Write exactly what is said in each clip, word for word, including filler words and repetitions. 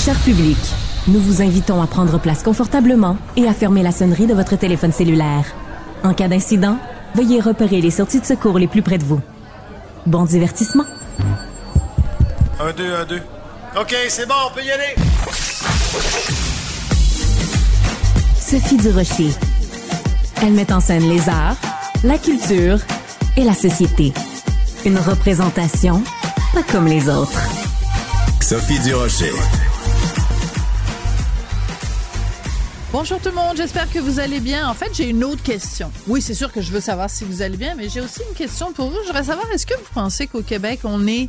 Cher public, nous vous invitons à prendre place confortablement et à fermer la sonnerie de votre téléphone cellulaire. En cas d'incident, veuillez repérer les sorties de secours les plus près de vous. Bon divertissement. Un, deux, un, deux. OK, c'est bon, on peut y aller. Sophie Durocher. Elle met en scène les arts, la culture et la société. Une représentation pas comme les autres. Sophie Durocher. Bonjour tout le monde, j'espère que vous allez bien. En fait, j'ai une autre question. Oui, c'est sûr que je veux savoir si vous allez bien, mais j'ai aussi une question pour vous. Je voudrais savoir, est-ce que vous pensez qu'au Québec, on est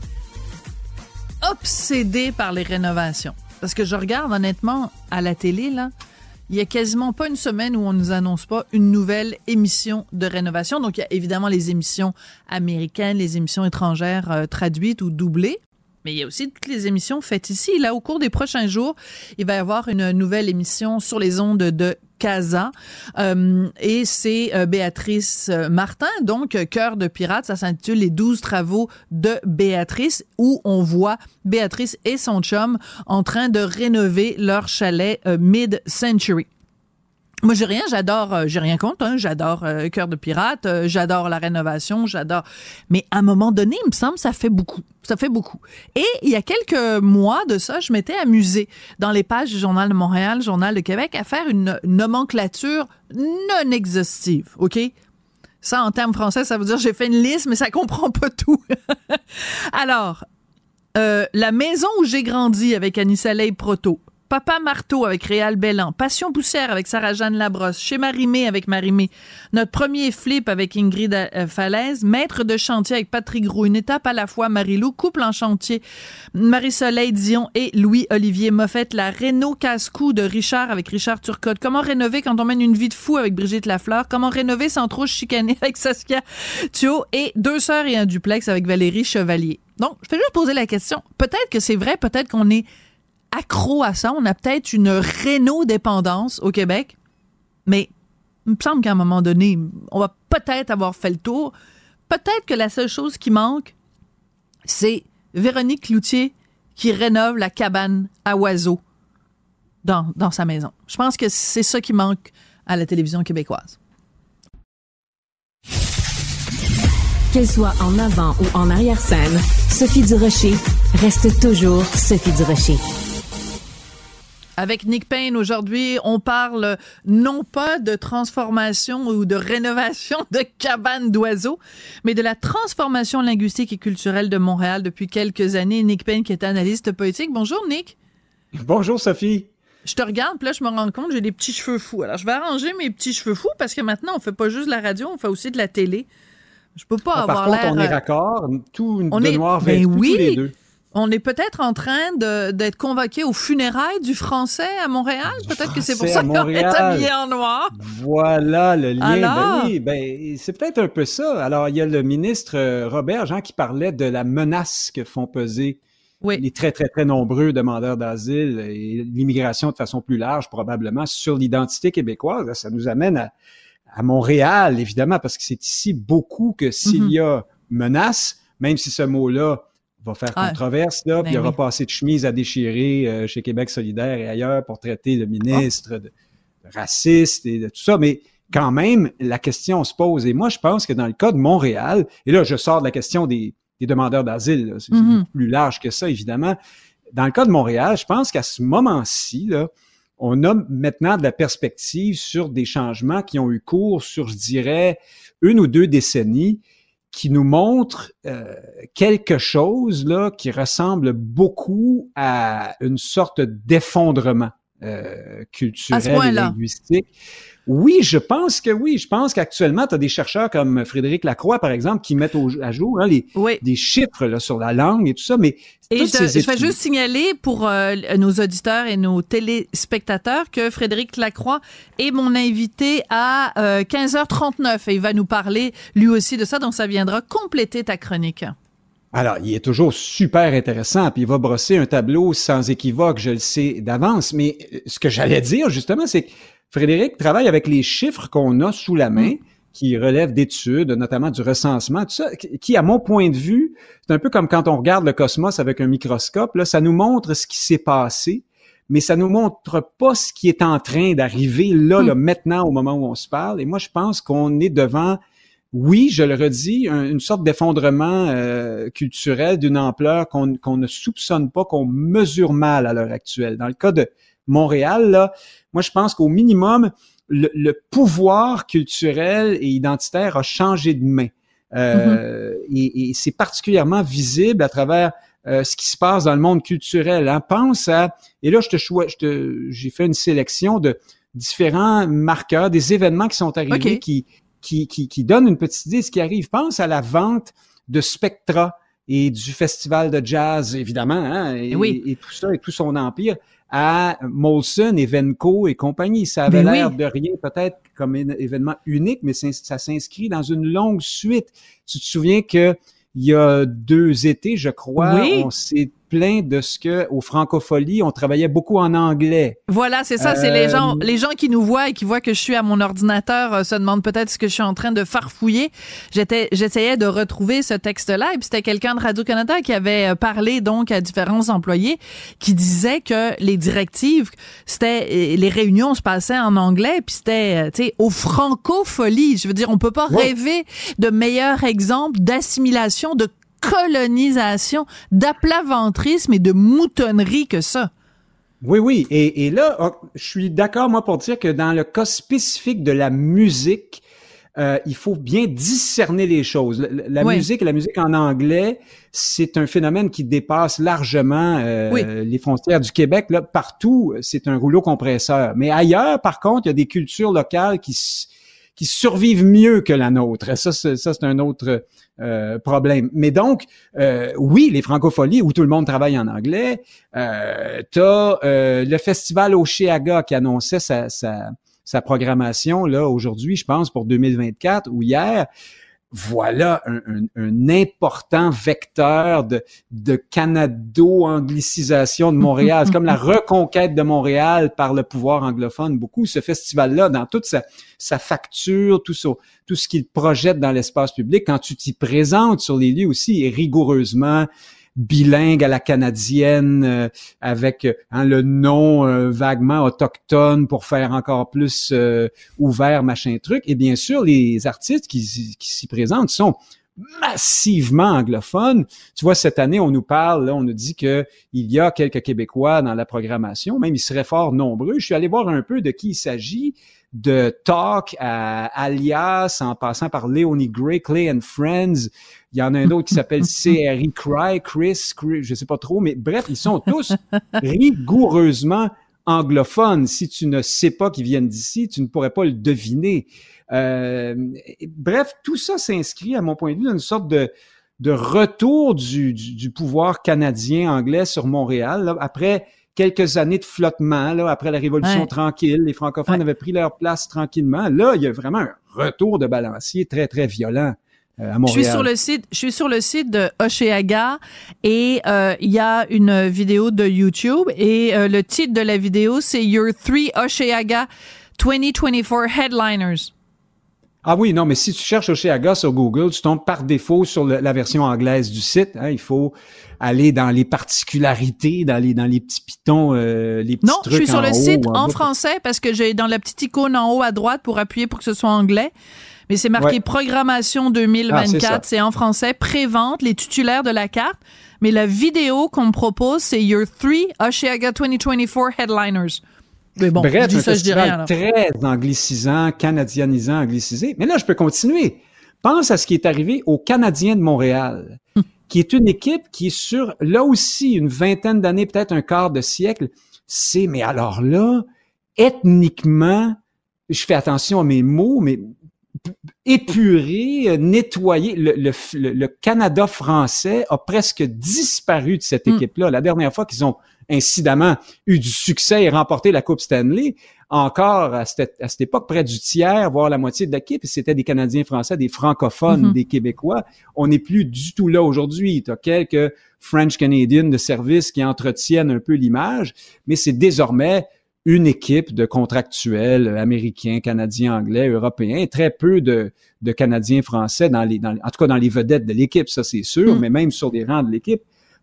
obsédé par les rénovations? Parce que je regarde honnêtement à la télé, là, il y a quasiment pas une semaine où on nous annonce pas une nouvelle émission de rénovation. Donc, il y a évidemment les émissions américaines, les émissions étrangères euh, traduites ou doublées. Mais il y a aussi toutes les émissions faites ici. Là, au cours des prochains jours, il va y avoir une nouvelle émission sur les ondes de Casa. Euh, et c'est euh, Béatrice Martin, donc Cœur de pirate. Ça s'intitule Les douze travaux de Béatrice, où on voit Béatrice et son chum en train de rénover leur chalet euh, mid-century. Moi, j'ai rien, j'adore, euh, j'ai rien contre, hein, j'adore euh, Cœur de pirate, euh, j'adore la rénovation, j'adore. Mais à un moment donné, il me semble, ça fait beaucoup, ça fait beaucoup. Et il y a quelques mois de ça, je m'étais amusée dans les pages du Journal de Montréal, Journal de Québec, à faire une nomenclature non exhaustive, OK? Ça, en termes français, ça veut dire j'ai fait une liste, mais ça comprend pas tout. Alors, euh, La maison où j'ai grandi avec Annie Soleil Proto. Papa Marteau avec Réal Bellan, Passion poussière avec Sarah-Jeanne Labrosse, Chez Marie-Mé avec Marie-Mé, Notre premier flip avec Ingrid euh, Falaise, Maître de chantier avec Patrick Roux, Une étape à la fois Marie-Lou, Couple en chantier, Marie-Soleil Dion et Louis-Olivier Moffett, La Réno casse-cou de Richard avec Richard Turcotte, Comment rénover quand on mène une vie de fou avec Brigitte Lafleur, Comment rénover sans trop chicaner avec Saskia Thuot et Deux sœurs et un duplex avec Valérie Chevalier. Donc, je fais juste poser la question. Peut-être que c'est vrai, peut-être qu'on est accro à ça. On a peut-être une réno-dépendance au Québec, mais il me semble qu'à un moment donné, on va peut-être avoir fait le tour. Peut-être que la seule chose qui manque, c'est Véronique Cloutier qui rénove la cabane à oiseaux dans, dans sa maison. Je pense que c'est ça qui manque à la télévision québécoise. Qu'elle soit en avant ou en arrière-scène, Sophie Durocher reste toujours Sophie Durocher. Avec Nick Payne, aujourd'hui, on parle non pas de transformation ou de rénovation de cabanes d'oiseaux, mais de la transformation linguistique et culturelle de Montréal depuis quelques années. Nick Payne, qui est analyste politique. Bonjour, Nick. Bonjour, Sophie. Je te regarde, puis là, je me rends compte que j'ai des petits cheveux fous. Alors, je vais arranger mes petits cheveux fous parce que maintenant, on fait pas juste de la radio, on fait aussi de la télé. Je peux pas ah, avoir par l'air... Par contre, on est raccord, tout on de est... noir ben vêtu, oui. tous les deux. On est peut-être en train de, d'être convoqués aux funérailles du français à Montréal. Du peut-être que c'est pour français ça à qu'on est Montréal. habillés en noir. Voilà le lien. Alors? Ben oui, ben, c'est peut-être un peu ça. Alors, il y a le ministre euh, Robert Jean qui parlait de la menace que font peser oui. les très, très, très nombreux demandeurs d'asile et l'immigration de façon plus large, probablement, sur l'identité québécoise. Là, ça nous amène à, à Montréal, évidemment, parce que c'est ici beaucoup que s'il mm-hmm. y a menace, même si ce mot-là va faire ah, controverse, là, puis il n'y aura oui. pas assez de chemises à déchirer euh, chez Québec solidaire et ailleurs pour traiter le ministre oh. de, de raciste et de tout ça, mais quand même, la question se pose. Et moi, je pense que dans le cas de Montréal, et là, je sors de la question des, des demandeurs d'asile, là, c'est, mm-hmm. c'est plus large que ça, évidemment. Dans le cas de Montréal, je pense qu'à ce moment-ci, là, on a maintenant de la perspective sur des changements qui ont eu cours sur, je dirais, une ou deux décennies, qui nous montre euh, quelque chose là qui ressemble beaucoup à une sorte d'effondrement euh, culturel et linguistique. Oui, je pense que oui. Je pense qu'actuellement, tu as des chercheurs comme Frédéric Lacroix, par exemple, qui mettent au, à jour hein, les, oui. des chiffres là, sur la langue et tout ça, mais et toutes je, ces je vais juste signaler pour euh, nos auditeurs et nos téléspectateurs que Frédéric Lacroix est mon invité à euh, quinze heures trente-neuf et il va nous parler lui aussi de ça, donc ça viendra compléter ta chronique. Alors, il est toujours super intéressant, puis il va brosser un tableau sans équivoque, je le sais d'avance, mais ce que j'allais dire, justement, c'est que Frédéric travaille avec les chiffres qu'on a sous la main, mmh. qui relèvent d'études, notamment du recensement, tout ça, qui, à mon point de vue, c'est un peu comme quand on regarde le cosmos avec un microscope, là, ça nous montre ce qui s'est passé mais ça nous montre pas ce qui est en train d'arriver là, là, maintenant, au moment où on se parle. Et moi, je pense qu'on est devant, oui, je le redis, un, une sorte d'effondrement euh, culturel d'une ampleur qu'on, qu'on ne soupçonne pas, qu'on mesure mal à l'heure actuelle. Dans le cas de Montréal, là, moi, je pense qu'au minimum, le, le pouvoir culturel et identitaire a changé de main. Euh, mm-hmm. et, et c'est particulièrement visible à travers Euh, ce qui se passe dans le monde culturel. Hein. Pense à, et là je te choisis, je te, j'ai fait une sélection de différents marqueurs, des événements qui sont arrivés, okay. qui, qui, qui, qui donnent une petite idée de ce qui arrive. Pense à la vente de Spectra et du festival de jazz, évidemment, hein, et, oui. et, et tout ça, et tout son empire, à Molson, Evenco et compagnie. Ça avait mais l'air oui. de rien, peut-être comme un événement unique, mais ça s'inscrit dans une longue suite. Tu te souviens que il y a deux étés, je crois, oui. on s'est plaint de ce que, aux Francopholies, on travaillait beaucoup en anglais. Voilà, c'est ça, euh, c'est les gens, les gens qui nous voient et qui voient que je suis à mon ordinateur euh, se demandent peut-être ce que je suis en train de farfouiller. J'étais, j'essayais de retrouver ce texte-là et puis c'était quelqu'un de Radio-Canada qui avait parlé donc à différents employés qui disait que les directives, c'était, les réunions se passaient en anglais puis c'était, tu sais, aux Francopholies. Je veux dire, on peut pas ouais. rêver de meilleur exemple d'assimilation, de colonisation, d'aplaventrisme et de moutonnerie que ça. Oui, oui. Et, et là, je suis d'accord, moi, pour dire que dans le cas spécifique de la musique, euh, il faut bien discerner les choses. La, la oui. musique, la musique en anglais, c'est un phénomène qui dépasse largement euh, oui. les frontières du Québec. Là, partout, c'est un rouleau compresseur. Mais ailleurs, par contre, il y a des cultures locales qui qui survivent mieux que la nôtre. Ça, c'est, ça, c'est un autre euh, problème. Mais donc, euh, oui, les Francopholies, où tout le monde travaille en anglais, euh, t'as euh, le festival Oshéaga qui annonçait sa, sa, sa programmation, là, aujourd'hui, je pense, pour deux mille vingt-quatre, ou hier. Voilà un, un, un important vecteur de, de canado-anglicisation de Montréal. C'est comme la reconquête de Montréal par le pouvoir anglophone. Beaucoup, ce festival-là, dans toute sa, sa facture, tout, ça, tout ce qu'il projette dans l'espace public, quand tu t'y présentes sur les lieux aussi, est rigoureusement bilingue à la canadienne, euh, avec hein, le nom euh, vaguement autochtone pour faire encore plus euh, ouvert, machin truc. Et bien sûr, les artistes qui, qui s'y présentent sont massivement anglophones. Tu vois, cette année, on nous parle, là, on nous dit que il y a quelques Québécois dans la programmation, même ils seraient fort nombreux. Je suis allé voir un peu de qui il s'agit, de Talk à Alias, en passant par Leonie Gray, Clay and Friends. Il y en a un autre qui s'appelle C R I, Cry, Chris, Chris, je sais pas trop, mais bref, ils sont tous rigoureusement anglophones. Si tu ne sais pas qu'ils viennent d'ici, tu ne pourrais pas le deviner. Euh, bref, tout ça s'inscrit, à mon point de vue, dans une sorte de, de retour du, du, du pouvoir canadien-anglais sur Montréal, là, après quelques années de flottement, là, après la Révolution ouais. tranquille, les francophones ouais. avaient pris leur place tranquillement. Là, il y a vraiment un retour de balancier très, très violent. Euh, à Montréal. Je suis sur le site, je suis sur le site de Oshéaga et euh, il y a une vidéo de YouTube et euh, le titre de la vidéo c'est Your Three Oshéaga twenty twenty-four Headliners. Ah oui, non, mais si tu cherches Oshéaga sur Google, tu tombes par défaut sur le, la version anglaise du site. Hein, il faut aller dans les particularités, dans les dans les petits pitons, euh, les petits non, trucs. Non, je suis sur le haut, site en, en français parce que j'ai dans la petite icône en haut à droite pour appuyer pour que ce soit anglais. Mais c'est marqué ouais. Programmation deux mille vingt-quatre, ah, c'est, c'est en français, pré-vente, les titulaires de la carte. Mais la vidéo qu'on me propose, c'est Your Three Oshéaga twenty twenty-four Headliners. Mais bon, bref, je dis un ça, je dis rien. Là. Très anglicisant, canadianisant, anglicisé. Mais là, je peux continuer. Pense à ce qui est arrivé aux Canadiens de Montréal, hum. qui est une équipe qui est sur, là aussi, une vingtaine d'années, peut-être un quart de siècle. C'est, mais alors là, ethniquement, je fais attention à mes mots, mais épuré, nettoyé. Le, le, le Canada français a presque disparu de cette équipe-là. La dernière fois qu'ils ont incidemment eu du succès et remporté la Coupe Stanley, encore à cette, à cette époque, près du tiers, voire la moitié de l'équipe, c'était des Canadiens français, des francophones, mm-hmm. des Québécois. On n'est plus du tout là aujourd'hui. Tu as quelques French Canadians de service qui entretiennent un peu l'image, mais c'est désormais une équipe de contractuels américains, canadiens, anglais, européens, très peu de, de Canadiens français dans les, dans, en tout cas dans les vedettes de l'équipe, ça c'est sûr, mm. mais même sur les rangs de l'équipe.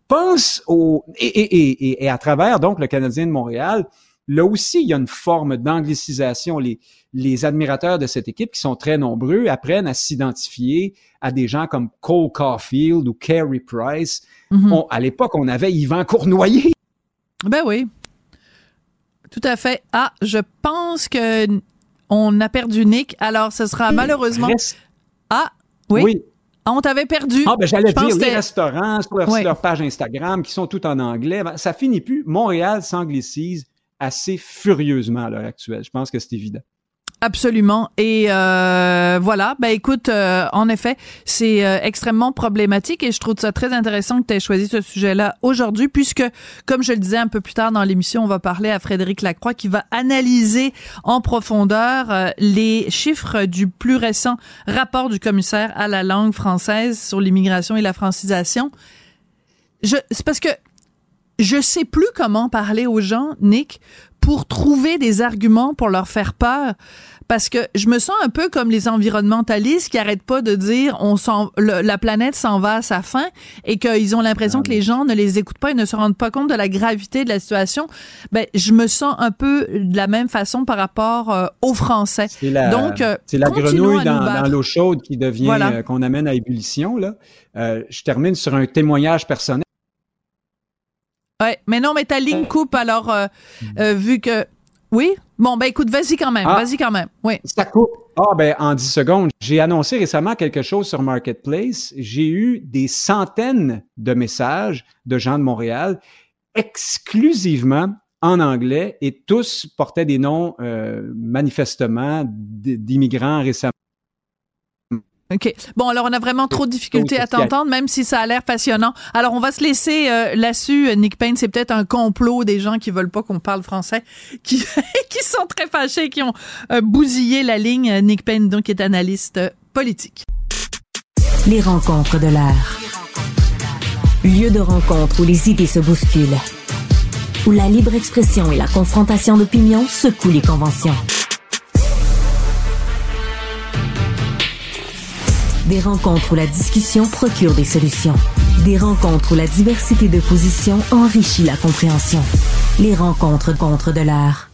pense au et, et, et, et à travers donc le Canadien de Montréal, là aussi il y a une forme d'anglicisation. Les les admirateurs de cette équipe qui sont très nombreux apprennent à s'identifier à des gens comme Cole Caulfield ou Carey Price. Mm-hmm. On, à l'époque, on avait Yvan Cournoyer. Ben oui, tout à fait. Ah, je pense que on a perdu Nick. Alors, ce sera malheureusement. Reste... Ah, oui. oui. Ah, on t'avait perdu. Ah, ben j'allais dire, les restaurants sur leur, oui. sur leur page Instagram qui sont tout en anglais, ben, ça finit plus. Montréal s'anglicise assez furieusement à l'heure actuelle. Je pense que c'est évident. Absolument. Et euh, voilà, ben écoute, euh, en effet, c'est euh, extrêmement problématique et je trouve ça très intéressant que tu aies choisi ce sujet-là aujourd'hui puisque, comme je le disais un peu plus tard dans l'émission, on va parler à Frédéric Lacroix qui va analyser en profondeur euh, les chiffres du plus récent rapport du commissaire à la langue française sur l'immigration et la francisation. Je, c'est parce que je sais plus comment parler aux gens, Nick, pour trouver des arguments pour leur faire peur. Parce que je me sens un peu comme les environnementalistes qui arrêtent pas de dire on s'en, le, la planète s'en va à sa fin et qu'ils ont l'impression ah, que les gens ne les écoutent pas et ne se rendent pas compte de la gravité de la situation. Ben, je me sens un peu de la même façon par rapport euh, aux Français. C'est la, Donc, euh, c'est la grenouille dans, dans l'eau chaude qui devient, voilà. euh, qu'on amène à ébullition, là. Euh, je termine sur un témoignage personnel. Ouais, mais non, mais ta ligne coupe, alors, euh, euh, vu que... Oui? Bon, ben écoute, vas-y quand même, ah, vas-y quand même, oui. Ça coupe. Ah, ben en dix secondes. J'ai annoncé récemment quelque chose sur Marketplace. J'ai eu des centaines de messages de gens de Montréal exclusivement en anglais et tous portaient des noms euh, manifestement d'immigrants récemment. OK. Bon, alors on a vraiment trop de difficultés à t'entendre, même si ça a l'air passionnant. Alors, on va se laisser euh, là-dessus. Nick Payne, c'est peut-être un complot des gens qui veulent pas qu'on parle français, qui qui sont très fâchés, qui ont euh, bousillé la ligne. Nick Payne, donc, est analyste euh, politique. Les rencontres de l'heure. Lieu de rencontre où les idées se bousculent. Où la libre expression et la confrontation d'opinions secouent les conventions. Des rencontres où la discussion procure des solutions. Des rencontres où la diversité de positions enrichit la compréhension. Les rencontres contre de l'art.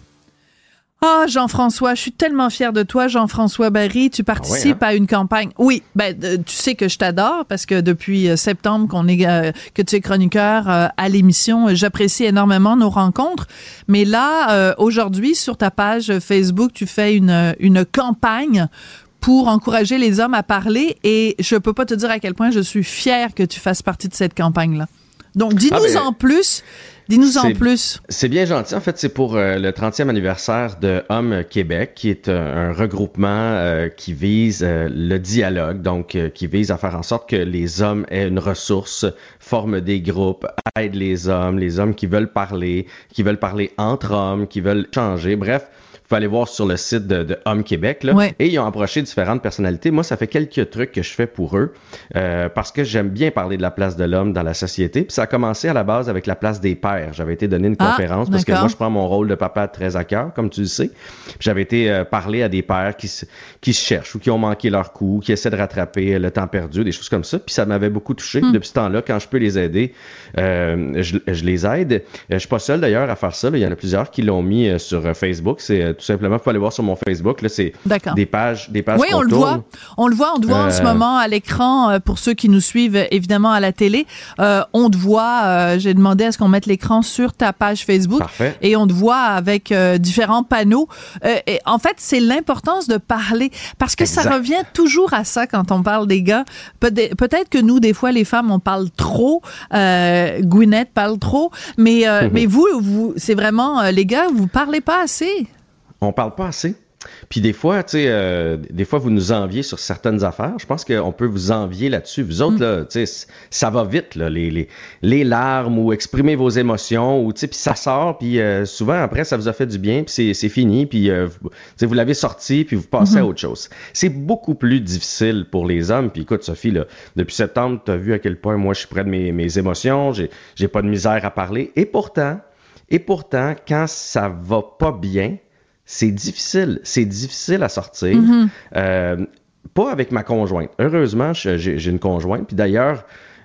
Ah, Jean-François, je suis tellement fière de toi, Jean-François Barry. Tu participes ah ouais, hein? à une campagne. Oui, ben euh, tu sais que je t'adore parce que depuis euh, septembre qu'on est euh, que tu es chroniqueur euh, à l'émission, euh, j'apprécie énormément nos rencontres. Mais là, euh, aujourd'hui, sur ta page Facebook, tu fais une une campagne pour encourager les hommes à parler et je peux pas te dire à quel point je suis fière que tu fasses partie de cette campagne-là. Donc, dis-nous ah ben, en plus. Dis-nous en plus. C'est bien gentil. En fait, c'est pour euh, le trentième anniversaire de Hommes Québec, qui est un, un regroupement euh, qui vise euh, le dialogue, donc euh, qui vise à faire en sorte que les hommes aient une ressource, forment des groupes, aident les hommes, les hommes qui veulent parler, qui veulent parler entre hommes, qui veulent changer. Bref, vous pouvez aller voir sur le site de, de Hommes Québec, là, ouais. Et ils ont approché différentes personnalités. Moi, ça fait quelques trucs que je fais pour eux, euh, parce que j'aime bien parler de la place de l'homme dans la société. Puis ça a commencé à la base avec la place des pères. J'avais été donné une ah, conférence, parce d'accord. que moi, je prends mon rôle de papa très à cœur, comme tu le sais. Puis j'avais été euh, parler à des pères qui se, qui se cherchent ou qui ont manqué leur coup, qui essaient de rattraper le temps perdu, des choses comme ça. Puis ça m'avait beaucoup touché. Mm. Depuis ce temps-là, quand je peux les aider, euh, je, je les aide. Je suis pas seul, d'ailleurs, à faire ça. Là. Il y en a plusieurs qui l'ont mis euh, sur Facebook. C'est tout simplement, il faut aller voir sur mon Facebook, là, c'est D'accord. des pages, des pages oui, on le voit. On le voit, on te voit euh... en ce moment à l'écran, euh, pour ceux qui nous suivent évidemment à la télé. Euh, on te voit, euh, j'ai demandé à ce qu'on mette l'écran sur ta page Facebook. Parfait. Et on te voit avec euh, différents panneaux. Euh, et en fait, c'est l'importance de parler, parce que exact. Ça revient toujours à ça quand on parle des gars. Peut- peut-être que nous, des fois, les femmes, on parle trop. Euh, Gwyneth parle trop. Mais, euh, mm-hmm. mais vous, vous, c'est vraiment, euh, les gars, vous parlez pas assez. On parle pas assez. Puis des fois, tu sais, euh, des fois, vous nous enviez sur certaines affaires. Je pense qu'on peut vous envier là-dessus. Vous autres, mm. là, tu sais, ça va vite, là, les, les, les larmes ou exprimer vos émotions, ou tu sais, puis ça sort, puis euh, souvent, après, ça vous a fait du bien, puis c'est, c'est fini, puis euh, tu sais, vous l'avez sorti, puis vous passez mm-hmm. à autre chose. C'est beaucoup plus difficile pour les hommes. Puis écoute, Sophie, là, depuis septembre, tu as vu à quel point moi, je suis près de mes, mes émotions, j'ai, j'ai pas de misère à parler. Et pourtant, et pourtant, quand ça va pas bien, c'est difficile, c'est difficile à sortir. Mm-hmm. Euh, pas avec ma conjointe. Heureusement, j'ai, j'ai une conjointe. Puis d'ailleurs,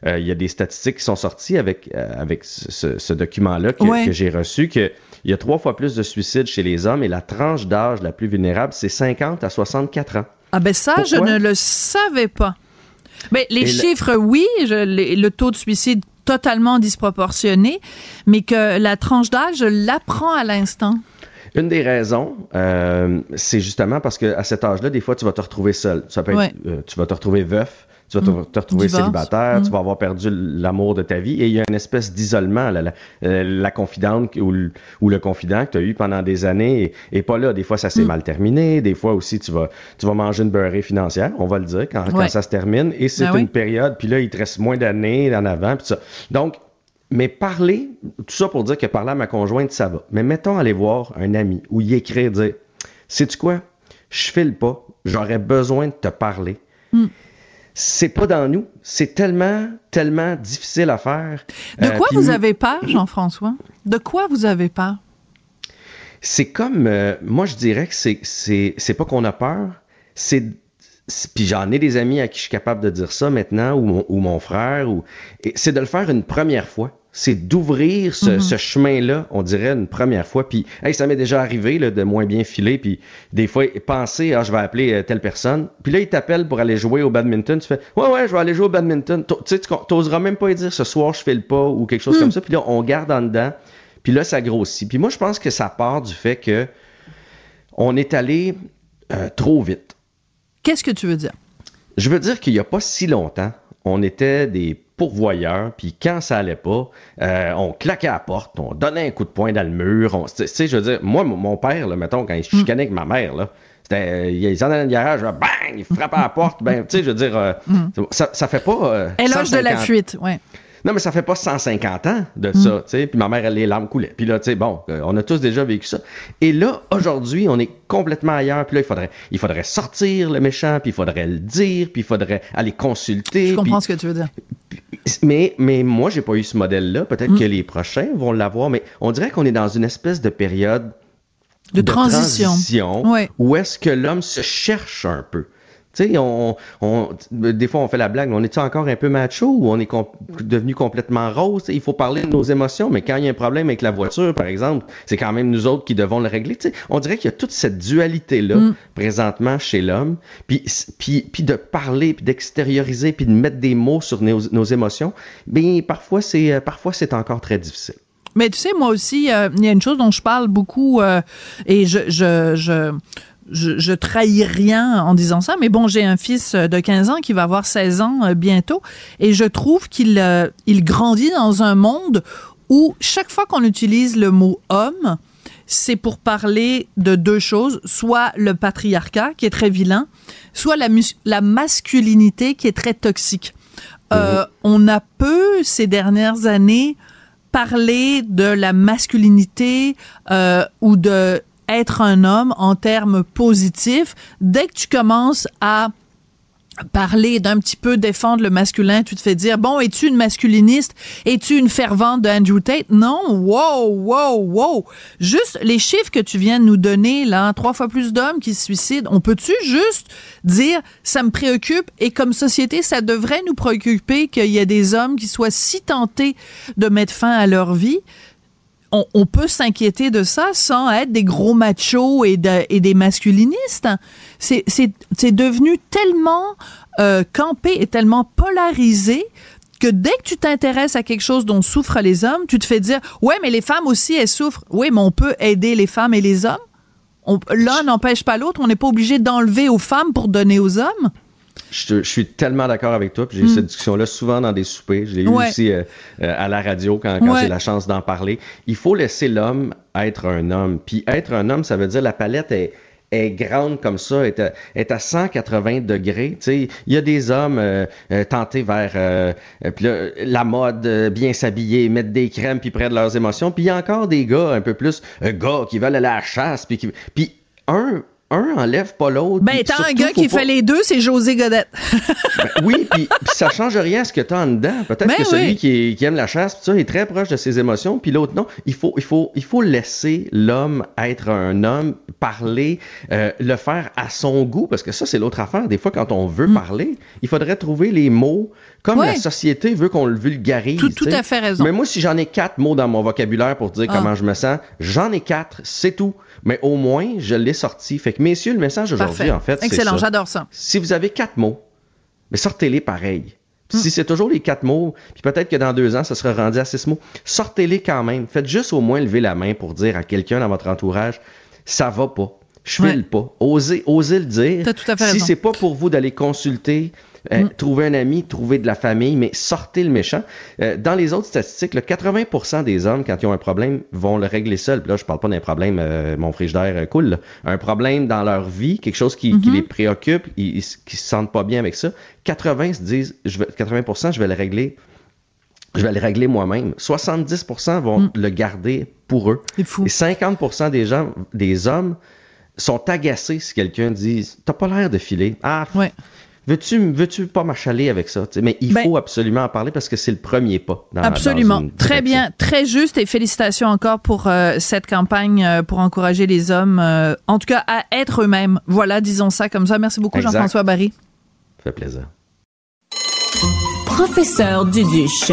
euh, il y a des statistiques qui sont sorties avec, euh, avec ce, ce document-là que, ouais. que j'ai reçu, qu'il y a trois fois plus de suicides chez les hommes et la tranche d'âge la plus vulnérable, c'est cinquante à soixante-quatre ans. Ah ben ça, Pourquoi? Je ne le savais pas. Mais les et chiffres, le... oui, je, le, le taux de suicide totalement disproportionné, mais que la tranche d'âge, je l'apprends à l'instant. Une des raisons, euh, c'est justement parce qu'à cet âge-là, des fois, tu vas te retrouver seul. Ça peut être, ouais. euh, tu vas te retrouver veuf, tu vas te, mmh. te retrouver Divorce. célibataire, mmh. tu vas avoir perdu l'amour de ta vie et il y a une espèce d'isolement. Là, la, la, la confidente ou le, ou le confident que tu as eu pendant des années est pas là. Des fois, ça s'est mmh. mal terminé. Des fois aussi, tu vas, tu vas manger une beurrée financière, on va le dire, quand, ouais. quand ça se termine. Et c'est ben une oui. période, puis là, il te reste moins d'années en avant. Puis ça. Donc, mais parler, tout ça pour dire que parler à ma conjointe, ça va. Mais mettons aller voir un ami ou y écrire, dire « Sais-tu quoi? Je file pas. J'aurais besoin de te parler. Mm. » C'est pas dans nous. C'est tellement, tellement difficile à faire. De quoi euh, vous avez peur, Jean-François? De quoi vous avez peur? C'est comme... Euh, moi, je dirais que c'est, c'est, c'est pas qu'on a peur. C'est... Puis j'en ai des amis à qui je suis capable de dire ça maintenant, ou mon, ou mon frère, ou et c'est de le faire une première fois. C'est d'ouvrir ce, mm-hmm. ce chemin-là, on dirait, une première fois. Puis, hey, ça m'est déjà arrivé là, de moins bien filer, puis des fois, penser, ah, je vais appeler euh, telle personne. Puis là, il t'appelle pour aller jouer au badminton. Tu fais, ouais, ouais, je vais aller jouer au badminton. Tu sais, tu n'oseras même pas dire, ce soir, je file pas, ou quelque chose mm. comme ça. Puis là, on garde en dedans. Puis là, ça grossit. Puis moi, je pense que ça part du fait que on est allé euh, trop vite. Qu'est-ce que tu veux dire? Je veux dire qu'il n'y a pas si longtemps, on était des pourvoyeurs, puis quand ça allait pas, euh, on claquait à la porte, on donnait un coup de poing dans le mur. Tu sais, je veux dire, moi, mon père, là, mettons, quand il se chicanait avec ma mère, là, c'était, euh, il s'en allait dans le garage, là, bang, il frappait à la porte. Ben, tu sais, je veux dire, euh, mm. ça, ça fait pas... Euh, Éloge de la fuite, ouais. Non, mais ça fait pas cent cinquante ans de ça, mm. tu sais. Puis ma mère, elle, les larmes coulaient. Puis là, tu sais, bon, euh, on a tous déjà vécu ça. Et là, aujourd'hui, on est complètement ailleurs. Puis là, il faudrait, il faudrait sortir le méchant, puis il faudrait le dire, puis il faudrait aller consulter. Je comprends puis, ce que tu veux dire. Mais, mais moi, j'ai pas eu ce modèle-là. Peut-être mm. que les prochains vont l'avoir. Mais on dirait qu'on est dans une espèce de période de, de transition, transition ouais. où est-ce que l'homme se cherche un peu. Tu sais, on, on, des fois, on fait la blague, mais on est-tu encore un peu macho ou on est comp- devenu complètement rose? T'sais, il faut parler de nos émotions, mais quand il y a un problème avec la voiture, par exemple, c'est quand même nous autres qui devons le régler. T'sais, on dirait qu'il y a toute cette dualité-là mm. présentement chez l'homme. Puis, puis, puis de parler, puis d'extérioriser, puis de mettre des mots sur nos, nos émotions, bien, parfois, c'est, parfois, c'est encore très difficile. Mais tu sais, moi aussi, euh, il y a une chose dont je parle beaucoup euh, et je... je, je... Je, je trahis rien en disant ça, mais bon, j'ai un fils de quinze ans qui va avoir seize ans euh, bientôt, et je trouve qu'il euh, il grandit dans un monde où chaque fois qu'on utilise le mot homme, c'est pour parler de deux choses, soit le patriarcat qui est très vilain, soit la, mus- la masculinité qui est très toxique. Euh, mmh. On a peu ces dernières années parlé de la masculinité euh, ou de être un homme en termes positifs. Dès que tu commences à parler d'un petit peu défendre le masculin, tu te fais dire, bon, es-tu une masculiniste? Es-tu une fervente de Andrew Tate? Non, wow, wow, wow. Juste les chiffres que tu viens de nous donner, là, trois fois plus d'hommes qui se suicident, on peut-tu juste dire, ça me préoccupe, et comme société, ça devrait nous préoccuper qu'il y ait des hommes qui soient si tentés de mettre fin à leur vie? On, on peut s'inquiéter de ça sans être des gros machos et, de, et des masculinistes. C'est, c'est, c'est devenu tellement euh, campé et tellement polarisé que dès que tu t'intéresses à quelque chose dont souffrent les hommes, tu te fais dire « Ouais, mais les femmes aussi, elles souffrent. » Oui, mais on peut aider les femmes et les hommes. On, l'un n'empêche pas l'autre. On n'est pas obligé d'enlever aux femmes pour donner aux hommes. Je, je suis tellement d'accord avec toi. Puis j'ai mm. eu cette discussion-là souvent dans des soupers. Je l'ai ouais. eu aussi euh, euh, à la radio quand, quand ouais. j'ai la chance d'en parler. Il faut laisser l'homme être un homme. Puis être un homme, ça veut dire la palette est, est grande comme ça, est à, est à cent quatre-vingts degrés. Tu sais, il y a des hommes euh, euh, tentés vers euh, puis là, la mode, euh, bien s'habiller, mettre des crèmes, puis près de leurs émotions. Puis il y a encore des gars un peu plus euh, gars qui veulent aller à la chasse. Puis, qui, puis un... un enlève pas l'autre. Ben, t'as un gars qui pas... fait les deux, c'est José Godette. Ben, oui, puis ça change rien à ce que t'as en dedans. Peut-être ben que celui oui. qui, est, qui aime la chasse, ça, est très proche de ses émotions, puis l'autre non. Il faut, il faut, il faut laisser l'homme être un homme, parler, euh, le faire à son goût, parce que ça, c'est l'autre affaire. Des fois, quand on veut mm. parler, il faudrait trouver les mots comme ouais. la société veut qu'on le vulgarise. Tout, tout à fait raison. Mais moi, si j'en ai quatre mots dans mon vocabulaire pour dire ah. comment je me sens, j'en ai quatre, c'est tout. Mais au moins, je l'ai sorti. Fait que, messieurs, le message aujourd'hui, Parfait. en fait, c'est Excellent, ça. J'adore ça. Si vous avez quatre mots, mais sortez-les pareil. Mm. Si c'est toujours les quatre mots, puis peut-être que dans deux ans, ça sera rendu à six mots, sortez-les quand même. Faites juste au moins lever la main pour dire à quelqu'un dans votre entourage, ça va pas, je file ouais. pas. Osez, osez le dire. T'as tout à fait si raison. c'est pas pour vous d'aller consulter, Euh, mm. trouver un ami, trouver de la famille, mais sortez le méchant. Euh, dans les autres statistiques, là, quatre-vingts pour cent des hommes, quand ils ont un problème, vont le régler seuls. Puis là, je parle pas d'un problème, euh, mon frigidaire euh, coule, là. Un problème dans leur vie, quelque chose qui, mm-hmm. qui les préoccupe, ils, ils, qui se sentent pas bien avec ça. quatre-vingts se disent, je vais, quatre-vingts pour cent, je vais le régler. Je vais le régler moi-même. soixante-dix pour cent vont mm. le garder pour eux. C'est fou. Et cinquante pour cent des gens, des hommes, sont agacés si quelqu'un dit, t'as pas l'air de filer. Ah, ouais. Veux-tu, veux-tu pas m'achaler avec ça? T'sais, mais il ben, faut absolument en parler parce que c'est le premier pas. Dans, absolument. Dans très bien, très juste et félicitations encore pour euh, cette campagne euh, pour encourager les hommes, euh, en tout cas à être eux-mêmes. Voilà, disons ça comme ça. Merci beaucoup, exact. Jean-François Barry. Ça fait plaisir. Professeur Duduche.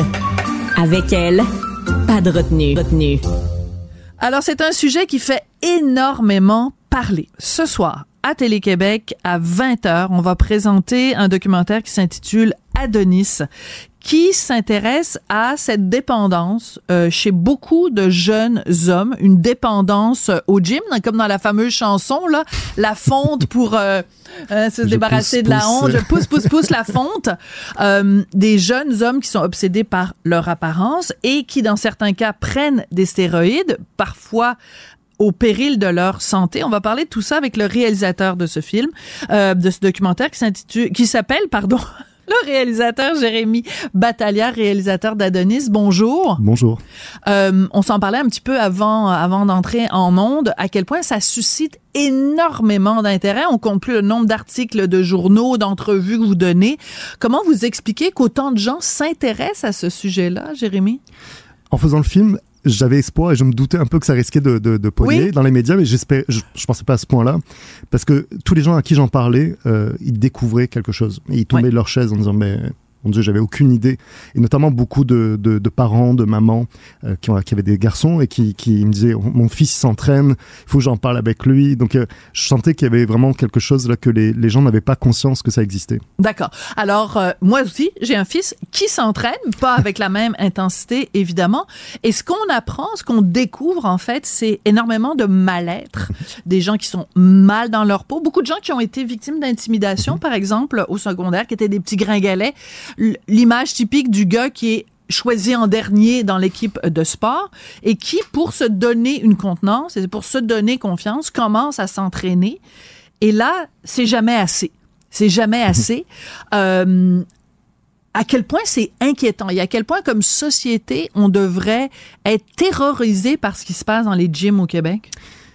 Avec elle, pas de retenue. retenue. Alors, c'est un sujet qui fait énormément parler. Ce soir, à Télé-Québec, à vingt heures, on va présenter un documentaire qui s'intitule Adonis, qui s'intéresse à cette dépendance euh, chez beaucoup de jeunes hommes, une dépendance au gym, comme dans la fameuse chanson, là, la fonte pour euh, euh, se je débarrasser pousse, de la pousse. honte, je pousse, pousse, pousse la fonte. Euh, des jeunes hommes qui sont obsédés par leur apparence et qui, dans certains cas, prennent des stéroïdes, parfois au péril de leur santé. On va parler de tout ça avec le réalisateur de ce film, euh, de ce documentaire qui s'intitule, qui s'appelle, pardon, le réalisateur Jérémy Batallière, réalisateur d'Adonis. Bonjour. Bonjour. Euh, on s'en parlait un petit peu avant, avant d'entrer en ondes, à quel point ça suscite énormément d'intérêt. On compte plus le nombre d'articles, de journaux, d'entrevues que vous donnez. Comment vous expliquez qu'autant de gens s'intéressent à ce sujet-là, Jérémy? En faisant le film, j'avais espoir et je me doutais un peu que ça risquait de, de, de pogner oui. dans les médias, mais j'espère, je, je pensais pas à ce point-là, parce que tous les gens à qui j'en parlais, euh, ils découvraient quelque chose. Et ils tombaient ouais. de leur chaise en disant, mais mon Dieu, j'avais aucune idée. Et notamment beaucoup de, de, de parents, de mamans euh, qui, ont, qui avaient des garçons et qui, qui me disaient, mon fils s'entraîne, il faut que j'en parle avec lui. Donc, euh, je sentais qu'il y avait vraiment quelque chose là que les, les gens n'avaient pas conscience que ça existait. D'accord. Alors, euh, moi aussi, j'ai un fils qui s'entraîne, pas avec la même intensité, évidemment. Et ce qu'on apprend, ce qu'on découvre, en fait, c'est énormément de mal-être. Des gens qui sont mal dans leur peau. Beaucoup de gens qui ont été victimes d'intimidation, mm-hmm. par exemple, au secondaire, qui étaient des petits gringalets. L'image typique du gars qui est choisi en dernier dans l'équipe de sport et qui, pour se donner une contenance et pour se donner confiance, commence à s'entraîner. Et là, c'est jamais assez. C'est jamais assez. Euh, à quel point c'est inquiétant et à quel point, comme société, on devrait être terrorisé par ce qui se passe dans les gyms au Québec?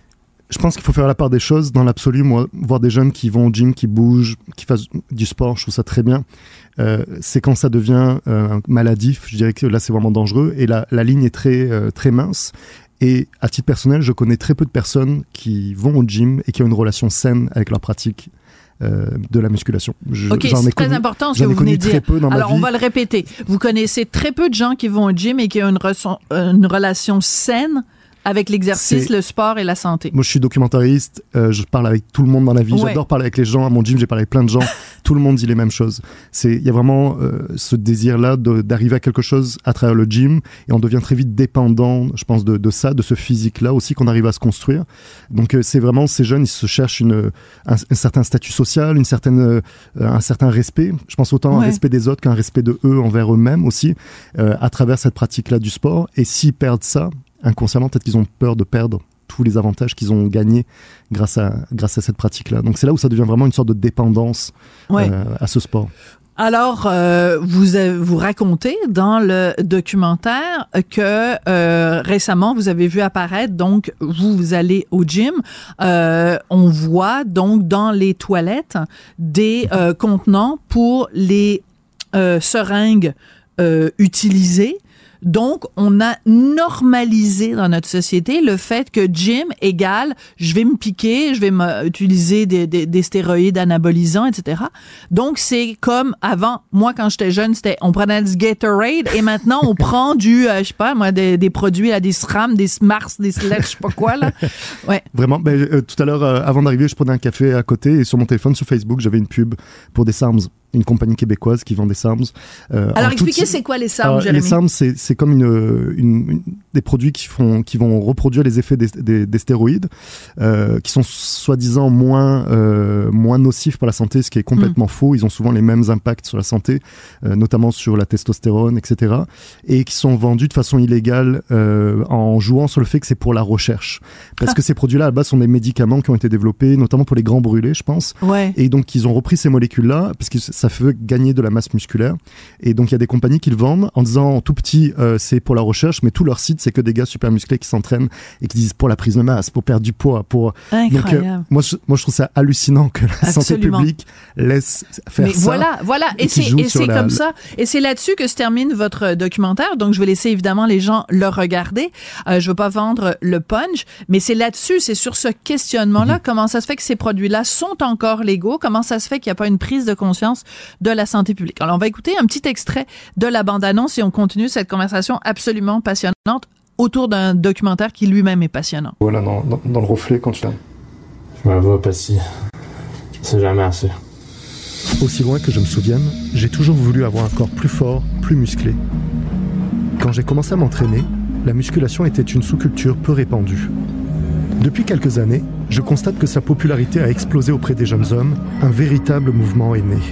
Je pense qu'il faut faire la part des choses. Dans l'absolu, moi, voir des jeunes qui vont au gym, qui bougent, qui fassent du sport, je trouve ça très bien. Euh, c'est quand ça devient euh, maladif, je dirais que là, c'est vraiment dangereux. Et la, la ligne est très, euh, très mince. Et à titre personnel, je connais très peu de personnes qui vont au gym et qui ont une relation saine avec leur pratique euh, de la musculation. Je, ok, j'en ai c'est connu, très important ce que vous venez de dire. Peu dans Alors, ma vie. on va le répéter. Vous connaissez très peu de gens qui vont au gym et qui ont une, re- une relation saine avec l'exercice, c'est... le sport et la santé. Moi, je suis documentariste, euh, je parle avec tout le monde dans la vie, ouais. J'adore parler avec les gens. À mon gym, j'ai parlé avec plein de gens. Tout le monde dit les mêmes choses. C'est, il y a vraiment euh, ce désir-là de, d'arriver à quelque chose à travers le gym et on devient très vite dépendant, je pense, de, de ça, de ce physique-là aussi qu'on arrive à se construire. Donc, euh, c'est vraiment, ces jeunes, ils se cherchent une, un, un certain statut social, une certaine, euh, un certain respect. Je pense autant ouais. un respect des autres qu'un respect de eux envers eux-mêmes aussi, euh, à travers cette pratique-là du sport. Et s'ils perdent ça, inconsciemment, peut-être qu'ils ont peur de perdre tous les avantages qu'ils ont gagnés grâce à, grâce à cette pratique-là. Donc, c'est là où ça devient vraiment une sorte de dépendance ouais. euh, à ce sport. Alors, euh, vous euh, vous racontez dans le documentaire que euh, récemment, vous avez vu apparaître, donc, vous, vous allez au gym, euh, on voit donc dans les toilettes des euh, contenants pour les euh, seringues euh, utilisées. Donc, on a normalisé dans notre société le fait que gym égale je vais me piquer, je vais me, utiliser des, des, des stéroïdes anabolisants, et cetera. Donc, c'est comme avant, moi, quand j'étais jeune, c'était on prenait du Gatorade et maintenant, on prend du, euh, je sais pas, moi, des, des produits, là, des SRAM, des Smars, des Sledge, je sais pas quoi, là. Ouais. Vraiment, ben, euh, tout à l'heure, euh, avant d'arriver, je prenais un café à côté et sur mon téléphone, sur Facebook, j'avais une pub pour des SARMs, une compagnie québécoise qui vend des SARMs. Euh, Alors, expliquez, toute... c'est quoi les SARMs, euh, Jérémy? Les SARMs, c'est, c'est comme une, une, une, des produits qui, font, qui vont reproduire les effets des, des, des stéroïdes, euh, qui sont soi-disant moins, euh, moins nocifs pour la santé, ce qui est complètement mmh. faux. Ils ont souvent les mêmes impacts sur la santé, euh, notamment sur la testostérone, et cetera. Et qui sont vendus de façon illégale euh, en jouant sur le fait que c'est pour la recherche. Parce ah. que ces produits-là, à la base, sont des médicaments qui ont été développés, notamment pour les grands brûlés, je pense. Ouais. Et donc, ils ont repris ces molécules-là, parce que ça fait gagner de la masse musculaire. Et donc, il y a des compagnies qui le vendent en disant, en tout petit, euh, c'est pour la recherche, mais tout leur site, c'est que des gars super musclés qui s'entraînent et qui disent pour la prise de masse, pour perdre du poids, pour... Incroyable. Donc, euh, moi, je, moi, je trouve ça hallucinant que la Absolument. santé publique laisse faire mais ça. Voilà, voilà. Et, et c'est, et c'est la... comme ça. Et c'est là-dessus que se termine votre documentaire. Donc, je vais laisser évidemment les gens le regarder. Euh, je veux pas vendre le punch, mais c'est là-dessus, c'est sur ce questionnement-là. Mm-hmm. Comment ça se fait que ces produits-là sont encore légaux? Comment ça se fait qu'il n'y a pas une prise de conscience de la santé publique? Alors, on va écouter un petit extrait de la bande-annonce et on continue cette conversation absolument passionnante autour d'un documentaire qui lui-même est passionnant. Voilà, dans, dans, dans le reflet, quand tu l'as. Je me vois, Passy. C'est jamais assez. Aussi loin que je me souvienne, j'ai toujours voulu avoir un corps plus fort, plus musclé. Quand j'ai commencé à m'entraîner, la musculation était une sous-culture peu répandue. Depuis quelques années, je constate que sa popularité a explosé auprès des jeunes hommes. Un véritable mouvement est né.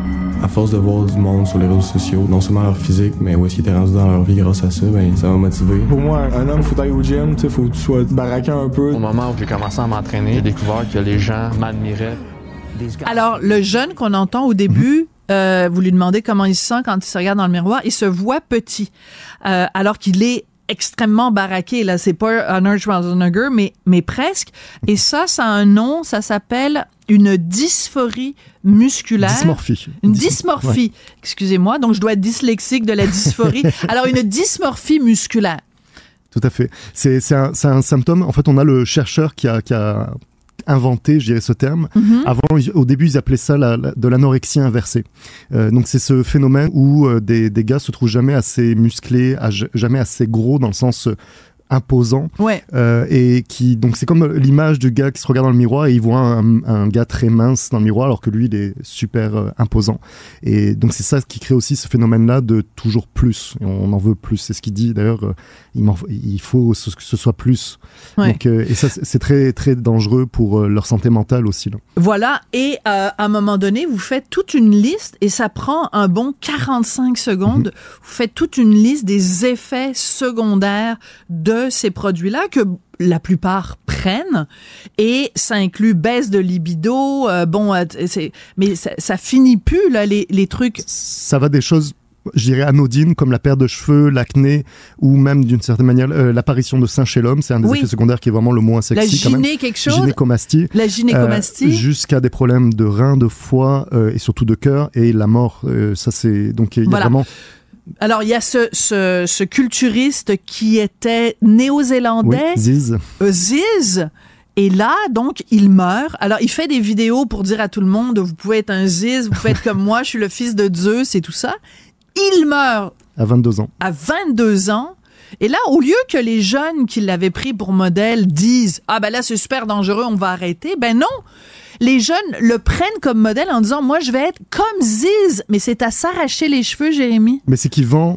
À force de voir du monde sur les réseaux sociaux, non seulement leur physique, mais où est-ce qu'ils étaient rendus dans leur vie grâce à ça, ben, ça m'a motivé. Pour moi, un homme, faut aller au gym, il faut que tu sois baraqué un peu. Au moment où j'ai commencé à m'entraîner, j'ai découvert que les gens m'admiraient. Alors, le jeune qu'on entend au début, mmh. euh, vous lui demandez comment il se sent quand il se regarde dans le miroir, il se voit petit, euh, alors qu'il est extrêmement baraqué. Là, c'est pas Arnold Schwarzenegger, mais, mais presque. Et ça, ça a un nom, ça s'appelle une dysphorie musculaire. Dysmorphie. Une dysmorphie. Ouais. Excusez-moi, donc je dois être dyslexique de la dysphorie. Alors, une dysmorphie musculaire. Tout à fait. C'est, c'est, un, c'est un symptôme. En fait, on a le chercheur qui a, qui a inventé, je dirais, ce terme. Mm-hmm. Avant, au début, ils appelaient ça la, la, de l'anorexie inversée. Euh, donc, c'est ce phénomène où euh, des, des gars se trouvent jamais assez musclés, à, jamais assez gros dans le sens euh, imposant. Ouais. Euh, et qui, donc, c'est comme l'image du gars qui se regarde dans le miroir et il voit un, un gars très mince dans le miroir alors que lui, il est super euh, imposant. Et donc, c'est ça qui crée aussi ce phénomène-là de toujours plus. Et on en veut plus. C'est ce qu'il dit. D'ailleurs, euh, il, il faut ce, que ce soit plus. Ouais. Donc, euh, et ça, c'est très, très dangereux pour euh, leur santé mentale aussi, là. Voilà. Et euh, à un moment donné, vous faites toute une liste et ça prend un bon quarante-cinq secondes. Mm-hmm. Vous faites toute une liste des effets secondaires de ces produits-là que la plupart prennent et ça inclut baisse de libido, euh, bon, euh, c'est, mais ça, ça finit plus, là, les, les trucs. Ça va des choses, je dirais, anodines, comme la perte de cheveux, l'acné, ou même, d'une certaine manière, euh, l'apparition de seins chez l'homme. C'est un des oui. effets secondaires qui est vraiment le moins sexy, la quand même. gyné, quelque chose. Gynécomastie. La gynécomastie. Euh, jusqu'à des problèmes de reins, de foie, euh, et surtout de cœur, et la mort. Euh, ça, c'est, donc, il y a voilà. vraiment... Alors, il y a ce, ce, ce culturiste qui était néo-zélandais. Oui, Ziz. Euh, Ziz. Et là, donc, il meurt. Alors, il fait des vidéos pour dire à tout le monde, vous pouvez être un Ziz, vous pouvez être comme moi, je suis le fils de Zeus et tout ça. Il meurt. À vingt-deux ans. À vingt-deux ans. Et là, au lieu que les jeunes qui l'avaient pris pour modèle disent, ah ben là, c'est super dangereux, on va arrêter. Ben non. Les jeunes le prennent comme modèle en disant, moi, je vais être comme Ziz. Mais c'est à s'arracher les cheveux, Jérémy. Mais c'est qu'il vend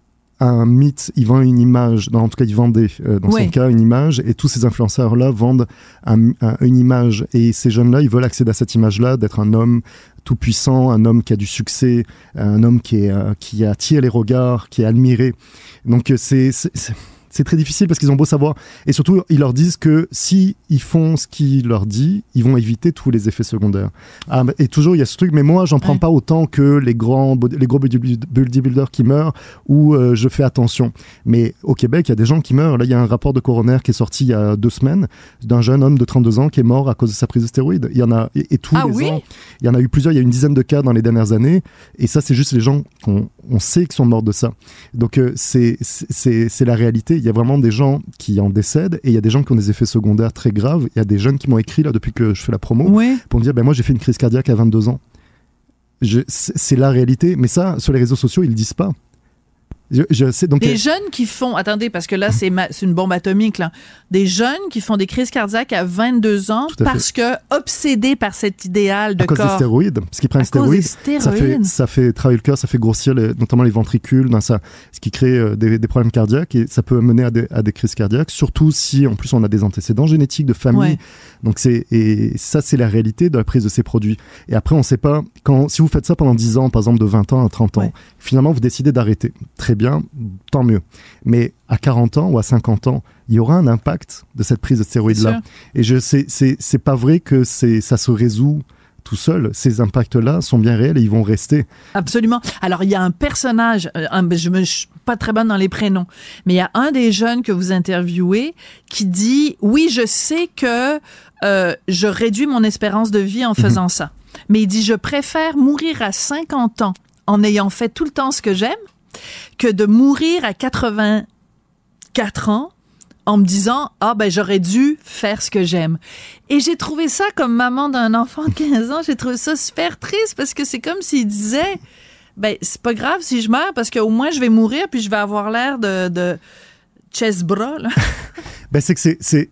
un mythe, il vend une image. En tout cas, il vendait, euh, dans oui. son cas, une image. Et tous ces influenceurs-là vendent un, un, une image. Et ces jeunes-là, ils veulent accéder à cette image-là, d'être un homme tout puissant, un homme qui a du succès, un homme qui, est, euh, qui attire les regards, qui est admiré. Donc, c'est... c'est, c'est... c'est très difficile parce qu'ils ont beau savoir. Et surtout, ils leur disent que si ils font ce qu'il leur dit, ils vont éviter tous les effets secondaires. Ah, et toujours, il y a ce truc, mais moi, j'en prends ouais. pas autant que les grands, les gros bodybuilders qui meurent où euh, je fais attention. Mais au Québec, il y a des gens qui meurent. Là, il y a un rapport de coroner qui est sorti il y a deux semaines d'un jeune homme de trente-deux ans qui est mort à cause de sa prise de stéroïdes. Il y en a, et, et tous ah, les oui? ans, il y en a eu plusieurs, il y a une dizaine de cas dans les dernières années. Et ça, c'est juste les gens qu'on on sait qu'ils sont morts de ça. Donc, euh, c'est, c'est, c'est la réalité. Il y a vraiment des gens qui en décèdent et il y a des gens qui ont des effets secondaires très graves. Il y a des jeunes qui m'ont écrit là depuis que je fais la promo oui. pour me dire, ben moi, j'ai fait une crise cardiaque à vingt-deux ans. Je, c'est, c'est la réalité. Mais ça, sur les réseaux sociaux, ils le disent pas. Je, je sais, donc des euh... jeunes qui font, attendez, parce que là, c'est, ma, c'est une bombe atomique, là. Des jeunes qui font des crises cardiaques à vingt-deux ans parce que obsédés par cet idéal de corps. À cause corps. des stéroïdes. Parce qu'ils prennent des stéroïdes, stéroïdes. Ça, fait, ça fait travailler le cœur, ça fait grossir les, notamment les ventricules, dans ça, ce qui crée euh, des, des problèmes cardiaques et ça peut mener à des, à des crises cardiaques, surtout si, en plus, on a des antécédents génétiques de famille. Ouais. Donc, c'est, et ça, c'est la réalité de la prise de ces produits. Et après, on sait pas, quand, si vous faites ça pendant dix ans, par exemple, de vingt ans à trente ans, ouais. finalement, vous décidez d'arrêter. Très bien, tant mieux. Mais à quarante ans ou à cinquante ans, il y aura un impact de cette prise de stéroïdes-là. Et je sais, c'est, c'est pas vrai que c'est, ça se résout tout seul. Ces impacts-là sont bien réels et ils vont rester. Absolument. Alors, il y a un personnage, un, je ne suis pas très bonne dans les prénoms, mais il y a un des jeunes que vous interviewez qui dit, oui, je sais que euh, je réduis mon espérance de vie en faisant mm-hmm. ça. Mais il dit, je préfère mourir à cinquante ans en ayant fait tout le temps ce que j'aime que de mourir à quatre-vingt-quatre ans en me disant « Ah, ben j'aurais dû faire ce que j'aime ». Et j'ai trouvé ça, comme maman d'un enfant de quinze ans, j'ai trouvé ça super triste parce que c'est comme s'il disait « Ben, c'est pas grave si je meurs parce qu'au moins je vais mourir puis je vais avoir l'air de, de chest-bras. » Ben, c'est que c'est... c'est...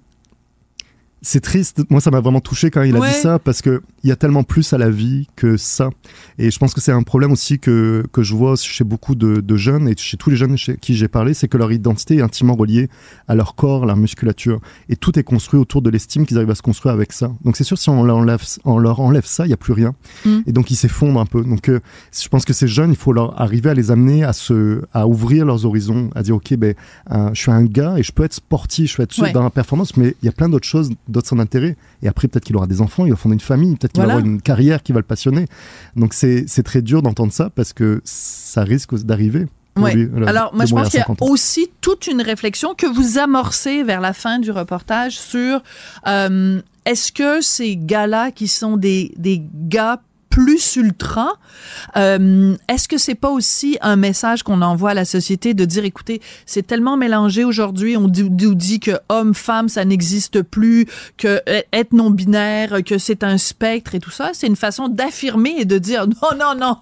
C'est triste. Moi, ça m'a vraiment touché quand il a ouais. dit ça parce que il y a tellement plus à la vie que ça. Et je pense que c'est un problème aussi que que je vois chez beaucoup de, de jeunes et chez tous les jeunes chez qui j'ai parlé, c'est que leur identité est intimement reliée à leur corps, leur musculature. Et tout est construit autour de l'estime qu'ils arrivent à se construire avec ça. Donc c'est sûr, si on leur enlève, on leur enlève ça, il y a plus rien. Mm. Et donc ils s'effondrent un peu. Donc euh, je pense que ces jeunes, il faut leur arriver à les amener à se, à ouvrir leurs horizons, à dire ok, ben euh, je suis un gars et je peux être sportif, je peux être ouais. dans la performance, mais il y a plein d'autres choses, d'autres son intérêt. Et après, peut-être qu'il aura des enfants, il va fonder une famille, peut-être qu'il voilà. va avoir une carrière qui va le passionner. Donc c'est, c'est très dur d'entendre ça parce que ça risque d'arriver. Ouais. Lui, là, Alors, moi, je pense qu'il y a aussi toute une réflexion que vous amorcez vers la fin du reportage sur euh, est-ce que ces gars-là qui sont des, des gars plus ultra, euh, est-ce que c'est pas aussi un message qu'on envoie à la société de dire, écoutez, c'est tellement mélangé aujourd'hui, on dit, on dit que homme, femme, ça n'existe plus, que être non-binaire, que c'est un spectre et tout ça, c'est une façon d'affirmer et de dire, non, non, non,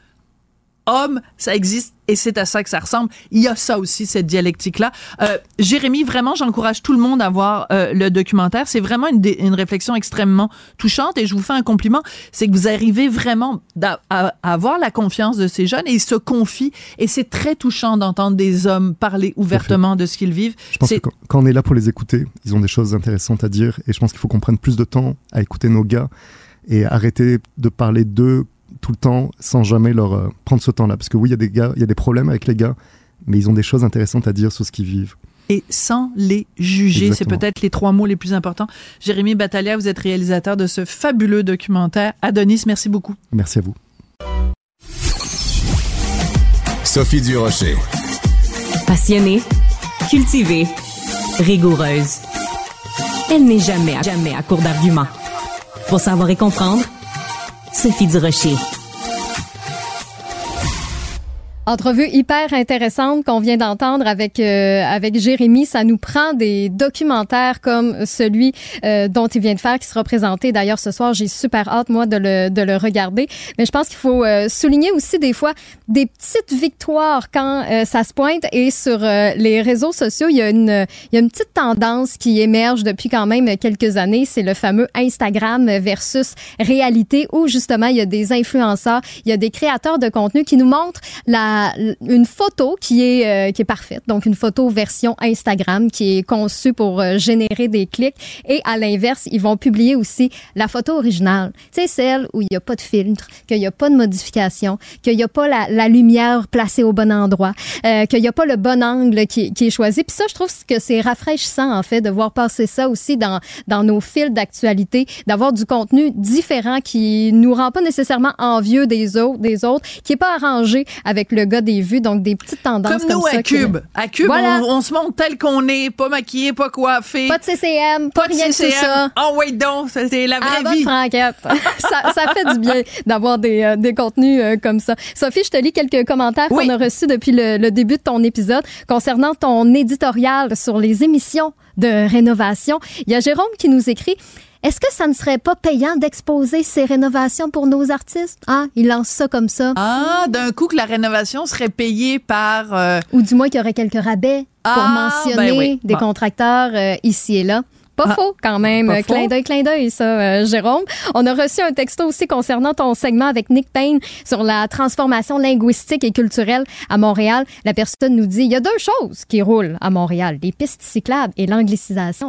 homme, ça existe et c'est à ça que ça ressemble. Il y a ça aussi, cette dialectique-là. Euh, Jérémy, vraiment, j'encourage tout le monde à voir euh, le documentaire. C'est vraiment une, dé- une réflexion extrêmement touchante et je vous fais un compliment, c'est que vous arrivez vraiment à, à, à avoir la confiance de ces jeunes et ils se confient et c'est très touchant d'entendre des hommes parler ouvertement de ce qu'ils vivent. Je pense c'est... que quand, quand on est là pour les écouter, ils ont des choses intéressantes à dire et je pense qu'il faut qu'on prenne plus de temps à écouter nos gars et arrêter de parler d'eux tout le temps sans jamais leur euh, prendre ce temps-là. Parce que oui, il y a des gars, il y a des problèmes avec les gars, mais ils ont des choses intéressantes à dire sur ce qu'ils vivent. Et sans les juger, Exactement. C'est peut-être les trois mots les plus importants. Jérémy Battaglia, vous êtes réalisateur de ce fabuleux documentaire. Adonis, merci beaucoup. Merci à vous. Sophie Durocher. Passionnée, cultivée, rigoureuse. Elle n'est jamais, jamais à court d'arguments. Pour savoir et comprendre, Sophie Durocher. Entrevue hyper intéressante qu'on vient d'entendre avec euh, avec Jérémy. Ça nous prend des documentaires comme celui euh, dont il vient de faire, qui sera présenté d'ailleurs ce soir. J'ai super hâte, moi, de le de le regarder. Mais je pense qu'il faut euh, souligner aussi des fois des petites victoires quand euh, ça se pointe. Et sur euh, les réseaux sociaux, il y a une il y a une petite tendance qui émerge depuis quand même quelques années. C'est le fameux Instagram versus réalité, où justement il y a des influenceurs, il y a des créateurs de contenu qui nous montrent la la, une photo qui est, euh, qui est parfaite. Donc, une photo version Instagram qui est conçue pour euh, générer des clics. Et à l'inverse, ils vont publier aussi la photo originale. Tu sais, celle où il n'y a pas de filtre, qu'il n'y a pas de modification, qu'il n'y a pas la, la lumière placée au bon endroit, euh, qu'il n'y a pas le bon angle qui, qui est choisi. Puis ça, je trouve que c'est rafraîchissant, en fait, de voir passer ça aussi dans, dans nos fils d'actualité, d'avoir du contenu différent qui nous rend pas nécessairement envieux des autres, des autres, qui est pas arrangé avec le gars des vues, donc des petites tendances comme, comme nous ça. à Cube. Que... À Cube, voilà. on, on se montre tel qu'on est, pas maquillé, pas coiffé. Pas de C C M, pas, pas de rien C C M. De tout ça. Oh wait donc, c'est la vraie ah, vie. Franquette. ça, ça fait du bien d'avoir des, euh, des contenus euh, comme ça. Sophie, je te lis quelques commentaires oui. qu'on a reçus depuis le, le début de ton épisode concernant ton éditorial sur les émissions de rénovation. Il y a Jérôme qui nous écrit: est-ce que ça ne serait pas payant d'exposer ces rénovations pour nos artistes? Ah, il lance ça comme ça. Ah, d'un coup que la rénovation serait payée par... Euh... Ou du moins qu'il y aurait quelques rabais ah, pour mentionner ben oui. des bon. contracteurs euh, ici et là. Pas ah, faux quand même. Pas clin faux. d'œil, clin d'œil, ça, euh, Jérôme. On a reçu un texto aussi concernant ton segment avec Nick Payne sur la transformation linguistique et culturelle à Montréal. La personne nous dit, il y a deux choses qui roulent à Montréal, les pistes cyclables et l'anglicisation.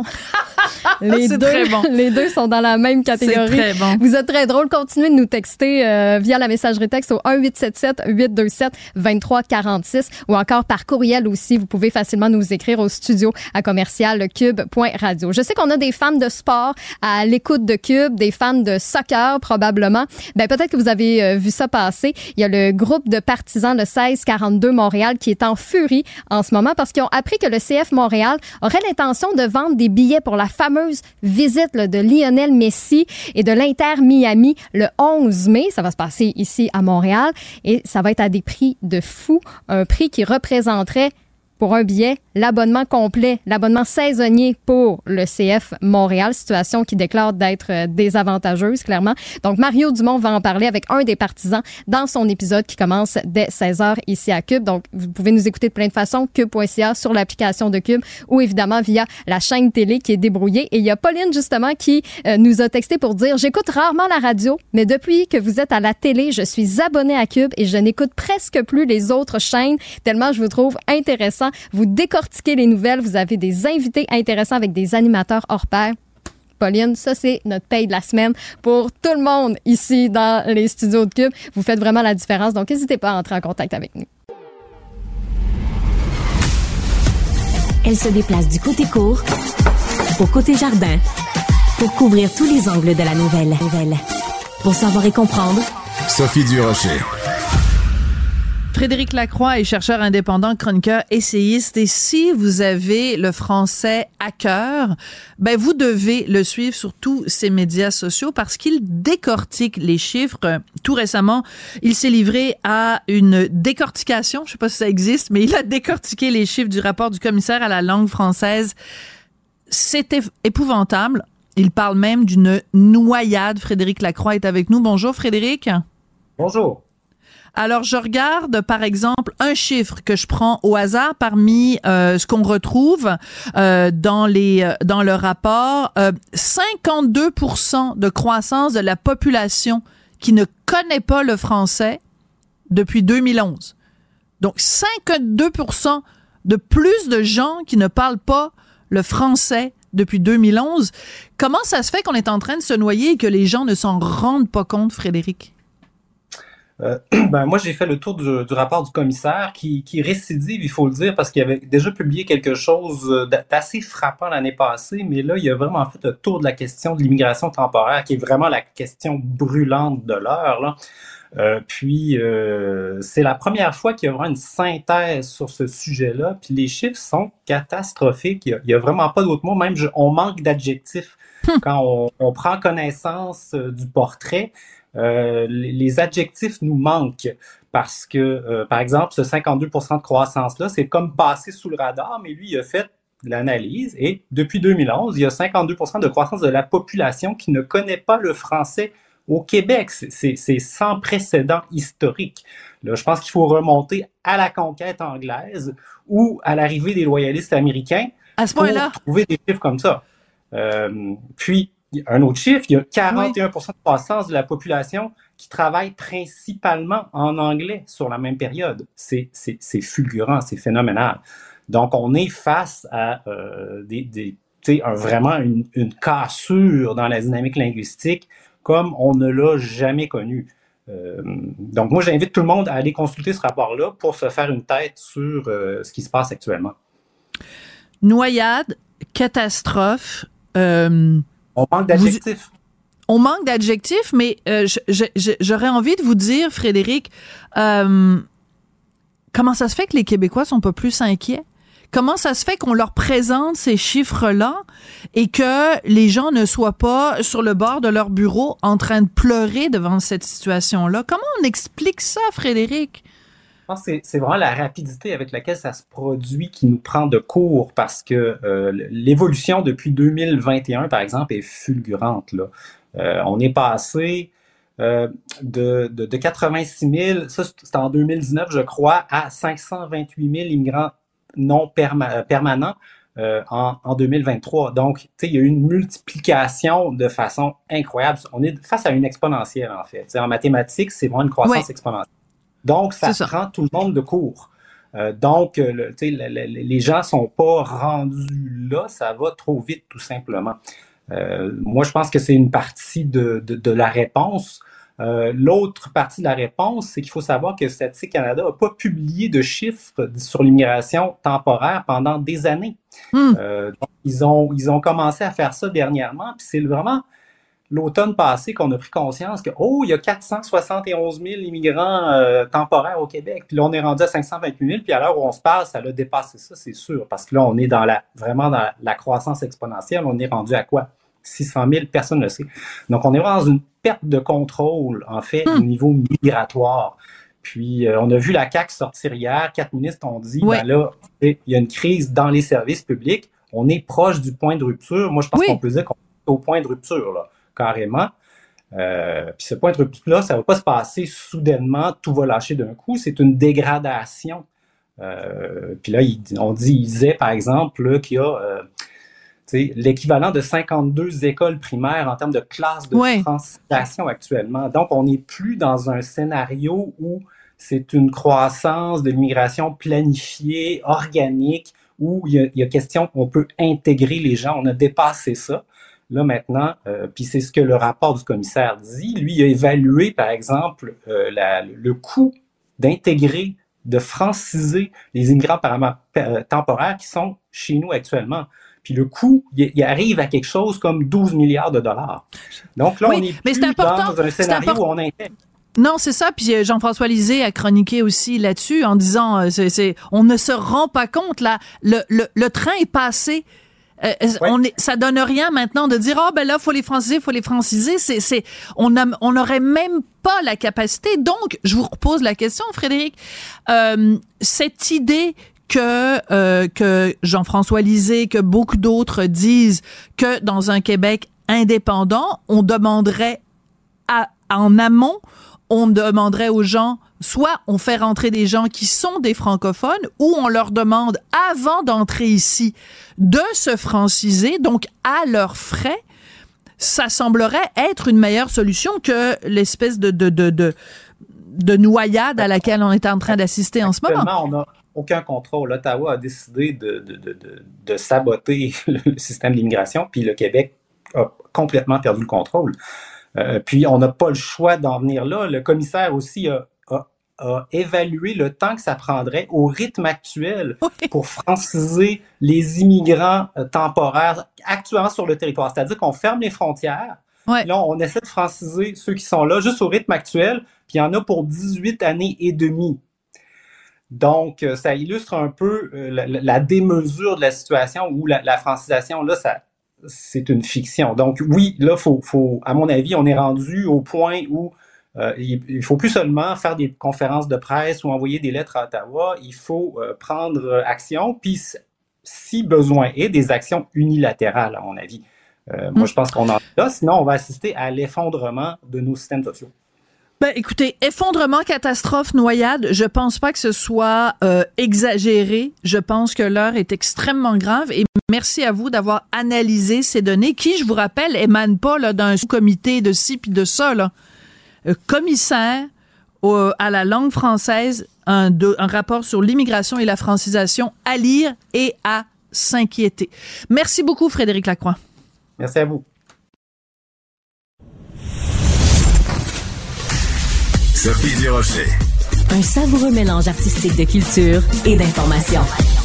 les, C'est deux, très bon. les deux sont dans la même catégorie. C'est très bon. Vous êtes très drôle. Continuez de nous texter euh, via la messagerie texte au un huit sept sept huit deux sept deux trois quatre six ou encore par courriel aussi. Vous pouvez facilement nous écrire au studio à commercial cube point radio. Je sais qu'on a des fans de sport à l'écoute de Cube, des fans de soccer probablement. Ben peut-être que vous avez euh, vu ça passer. Il y a le groupe de partisans de seize quarante-deux Montréal qui est en furie en ce moment parce qu'ils ont appris que le C F Montréal aurait l'intention de vendre des billets pour la fameuse visite là, de Lionel Messi et de l'Inter Miami le onze mai. Ça va se passer ici à Montréal et ça va être à des prix de fou. Un prix qui représenterait pour un billet, l'abonnement complet, l'abonnement saisonnier pour le C F Montréal, situation qui déclare d'être désavantageuse, clairement. Donc, Mario Dumont va en parler avec un des partisans dans son épisode qui commence dès seize heures ici à Cube. Donc, vous pouvez nous écouter de plein de façons, cube point c a, sur l'application de Cube ou évidemment via la chaîne télé qui est débrouillée. Et il y a Pauline, justement, qui euh, nous a texté pour dire « J'écoute rarement la radio, mais depuis que vous êtes à la télé, je suis abonnée à Cube et je n'écoute presque plus les autres chaînes tellement je vous trouve intéressant. Vous décortiquez les nouvelles, vous avez des invités intéressants avec des animateurs hors pair. » Pauline, ça, c'est notre paye de la semaine pour tout le monde ici dans les studios de Cube. Vous faites vraiment la différence, donc n'hésitez pas à entrer en contact avec nous. Elle se déplace du côté court au côté jardin pour couvrir tous les angles de la nouvelle. Pour savoir et comprendre, Sophie Durocher. Frédéric Lacroix est chercheur indépendant, chroniqueur, essayiste. Et si vous avez le français à cœur, ben vous devez le suivre sur tous ses médias sociaux parce qu'il décortique les chiffres. Tout récemment, il s'est livré à une décortication. Je sais pas si ça existe, mais il a décortiqué les chiffres du rapport du commissaire à la langue française. C'était épouvantable. Il parle même d'une noyade. Frédéric Lacroix est avec nous. Bonjour, Frédéric. Bonjour. Alors, je regarde, par exemple, un chiffre que je prends au hasard parmi euh, ce qu'on retrouve euh, dans les euh, dans le rapport. Euh, cinquante-deux pour cent de croissance de la population qui ne connaît pas le français depuis deux mille onze. Donc, cinquante-deux pour cent de plus de gens qui ne parlent pas le français depuis deux mille onze. Comment ça se fait qu'on est en train de se noyer et que les gens ne s'en rendent pas compte, Frédéric? Euh, ben moi, j'ai fait le tour du, du rapport du commissaire qui, qui récidive, il faut le dire, parce qu'il avait déjà publié quelque chose d'assez frappant l'année passée, mais là, il a vraiment fait le tour de la question de l'immigration temporaire, qui est vraiment la question brûlante de l'heure, là. Euh, puis, euh, c'est la première fois qu'il y a vraiment une synthèse sur ce sujet-là, puis les chiffres sont catastrophiques. Il n'y a, a vraiment pas d'autre mot, même je, on manque d'adjectifs quand on, on prend connaissance euh, du portrait. Euh, les, les adjectifs nous manquent parce que, euh, par exemple, ce cinquante-deux pour cent de croissance-là, c'est comme passé sous le radar, mais lui, il a fait l'analyse et depuis deux mille onze, il y a cinquante-deux pour cent de croissance de la population qui ne connaît pas le français au Québec. C'est, c'est, c'est sans précédent historique. Là, je pense qu'il faut remonter à la conquête anglaise ou à l'arrivée des loyalistes américains à ce pour point-là. trouver des chiffres comme ça. Euh, puis, un autre chiffre, il y a quarante et un pour cent oui. de croissance de la population qui travaille principalement en anglais sur la même période. C'est, c'est, c'est fulgurant, c'est phénoménal. Donc, on est face à euh, des, des, un, vraiment une, une cassure dans la dynamique linguistique comme on ne l'a jamais connue. Euh, donc, moi, j'invite tout le monde à aller consulter ce rapport-là pour se faire une tête sur euh, ce qui se passe actuellement. Noyade, catastrophe. Euh, on manque d'adjectifs. Vous, on manque d'adjectifs, mais euh, je, je, je, j'aurais envie de vous dire, Frédéric, euh, comment ça se fait que les Québécois sont pas plus inquiets? Comment ça se fait qu'on leur présente ces chiffres-là et que les gens ne soient pas sur le bord de leur bureau en train de pleurer devant cette situation-là? Comment on explique ça, Frédéric? Je pense que c'est, c'est vraiment la rapidité avec laquelle ça se produit qui nous prend de court parce que euh, l'évolution depuis deux mille vingt et un, par exemple, est fulgurante, là. Euh, on est passé euh, de, de, de quatre-vingt-six mille, ça c'était en deux mille dix-neuf, je crois, à cinq cent vingt-huit mille immigrants non perma- permanents euh, en, en deux mille vingt-trois. Donc, tu sais, il y a eu une multiplication de façon incroyable. On est face à une exponentielle, en fait. T'sais, en mathématiques, c'est vraiment une croissance oui. exponentielle. Donc, ça, ça prend tout le monde de court. Euh, donc, le, tu sais, le, le, les gens sont pas rendus là, ça va trop vite, tout simplement. Euh, moi, je pense que c'est une partie de, de, de la réponse. Euh, l'autre partie de la réponse, c'est qu'il faut savoir que Statistique Canada n'a pas publié de chiffres sur l'immigration temporaire pendant des années. Mm. Euh, donc, ils ont, ils ont commencé à faire ça dernièrement, puis c'est vraiment l'automne passé qu'on a pris conscience que, oh, il y a quatre cent soixante et onze mille immigrants euh, temporaires au Québec, puis là, on est rendu à cinq cent vingt-huit mille, puis à l'heure où on se parle, ça l'a dépassé ça, c'est sûr, parce que là, on est dans la, vraiment dans la, la croissance exponentielle, on est rendu à quoi? six cent mille, personne ne le sait. Donc, on est vraiment dans une perte de contrôle, en fait, mmh. au niveau migratoire. Puis, euh, on a vu la C A Q sortir hier, quatre ministres ont dit, oui. ben là, il y a une crise dans les services publics, on est proche du point de rupture. Moi, je pense oui. qu'on peut dire qu'on est au point de rupture, là, carrément. Euh, puis ce point de rupture-là, ça ne va pas se passer soudainement, tout va lâcher d'un coup, c'est une dégradation. Euh, puis là, il, on dit, il disait, par exemple, là, qu'il y a... Euh, T'sais, l'équivalent de cinquante-deux écoles primaires en termes de classes de ouais. francisation actuellement. Donc, on n'est plus dans un scénario où c'est une croissance de l'immigration planifiée, organique, où il y a, il y a question qu'on peut intégrer les gens. On a dépassé ça. Là, maintenant, euh, puis c'est ce que le rapport du commissaire dit. Lui, il a évalué, par exemple, euh, la, le coût d'intégrer, de franciser les immigrants temporaires qui sont chez nous actuellement. Puis le coût, il arrive à quelque chose comme douze milliards de dollars. Donc là, oui, on est plus est important, dans un scénario où on intègre. Non, c'est ça. Puis Jean-François Lisée a chroniqué aussi là-dessus en disant, euh, c'est, c'est, on ne se rend pas compte, là, le, le, le train est passé. Euh, ouais. on est, ça donne rien maintenant de dire, oh ben là, faut les franciser, faut les franciser. C'est, c'est, on a, on n'aurait même pas la capacité. Donc, je vous repose la question, Frédéric. Euh, cette idée que euh, que Jean-François Lisée, que beaucoup d'autres disent que dans un Québec indépendant, on demanderait à, en amont, on demanderait aux gens, soit on fait rentrer des gens qui sont des francophones, ou on leur demande avant d'entrer ici de se franciser, donc à leurs frais. Ça semblerait être une meilleure solution que l'espèce de de de de, de noyade à laquelle on est en train d'assister en ce moment. On a aucun contrôle. Ottawa a décidé de, de, de, de, de saboter le système d'immigration, puis le Québec a complètement perdu le contrôle. Euh, puis on n'a pas le choix d'en venir là. Le commissaire aussi a, a, a évalué le temps que ça prendrait au rythme actuel oui. pour franciser les immigrants euh, temporaires actuellement sur le territoire. C'est-à-dire qu'on ferme les frontières. Ouais. Là, on essaie de franciser ceux qui sont là juste au rythme actuel, puis il y en a pour dix-huit années et demie. Donc, ça illustre un peu la, la démesure de la situation où la, la francisation, là, ça, c'est une fiction. Donc, oui, là, faut, faut, à mon avis, on est rendu au point où euh, il ne faut plus seulement faire des conférences de presse ou envoyer des lettres à Ottawa, il faut euh, prendre action, puis si besoin est, des actions unilatérales, à mon avis. Euh, mmh. Moi, je pense qu'on en a là, sinon on va assister à l'effondrement de nos systèmes sociaux. Ben, écoutez, effondrement, catastrophe, noyade, je pense pas que ce soit euh, exagéré. Je pense que l'heure est extrêmement grave et merci à vous d'avoir analysé ces données qui, je vous rappelle, émanent pas là, d'un sous-comité de ci puis de ça. Là. Euh, commissaire au, à la langue française, un, de, un rapport sur l'immigration et la francisation à lire et à s'inquiéter. Merci beaucoup, Frédéric Lacroix. Merci à vous. Sophie Durocher. Un savoureux mélange artistique de culture et d'information.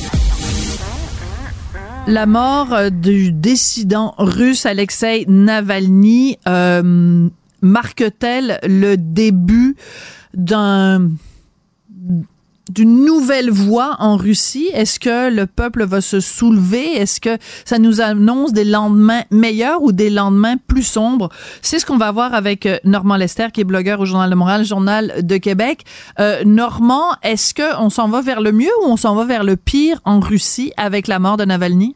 La mort du dissident russe Alexeï Navalny euh, marque-t-elle le début d'un d'une nouvelle voie en Russie? Est-ce que le peuple va se soulever? Est-ce que ça nous annonce des lendemains meilleurs ou des lendemains plus sombres? C'est ce qu'on va voir avec Normand Lester, qui est blogueur au Journal de Montréal, Journal de Québec. Euh, Normand, est-ce qu'on s'en va vers le mieux ou on s'en va vers le pire en Russie avec la mort de Navalny?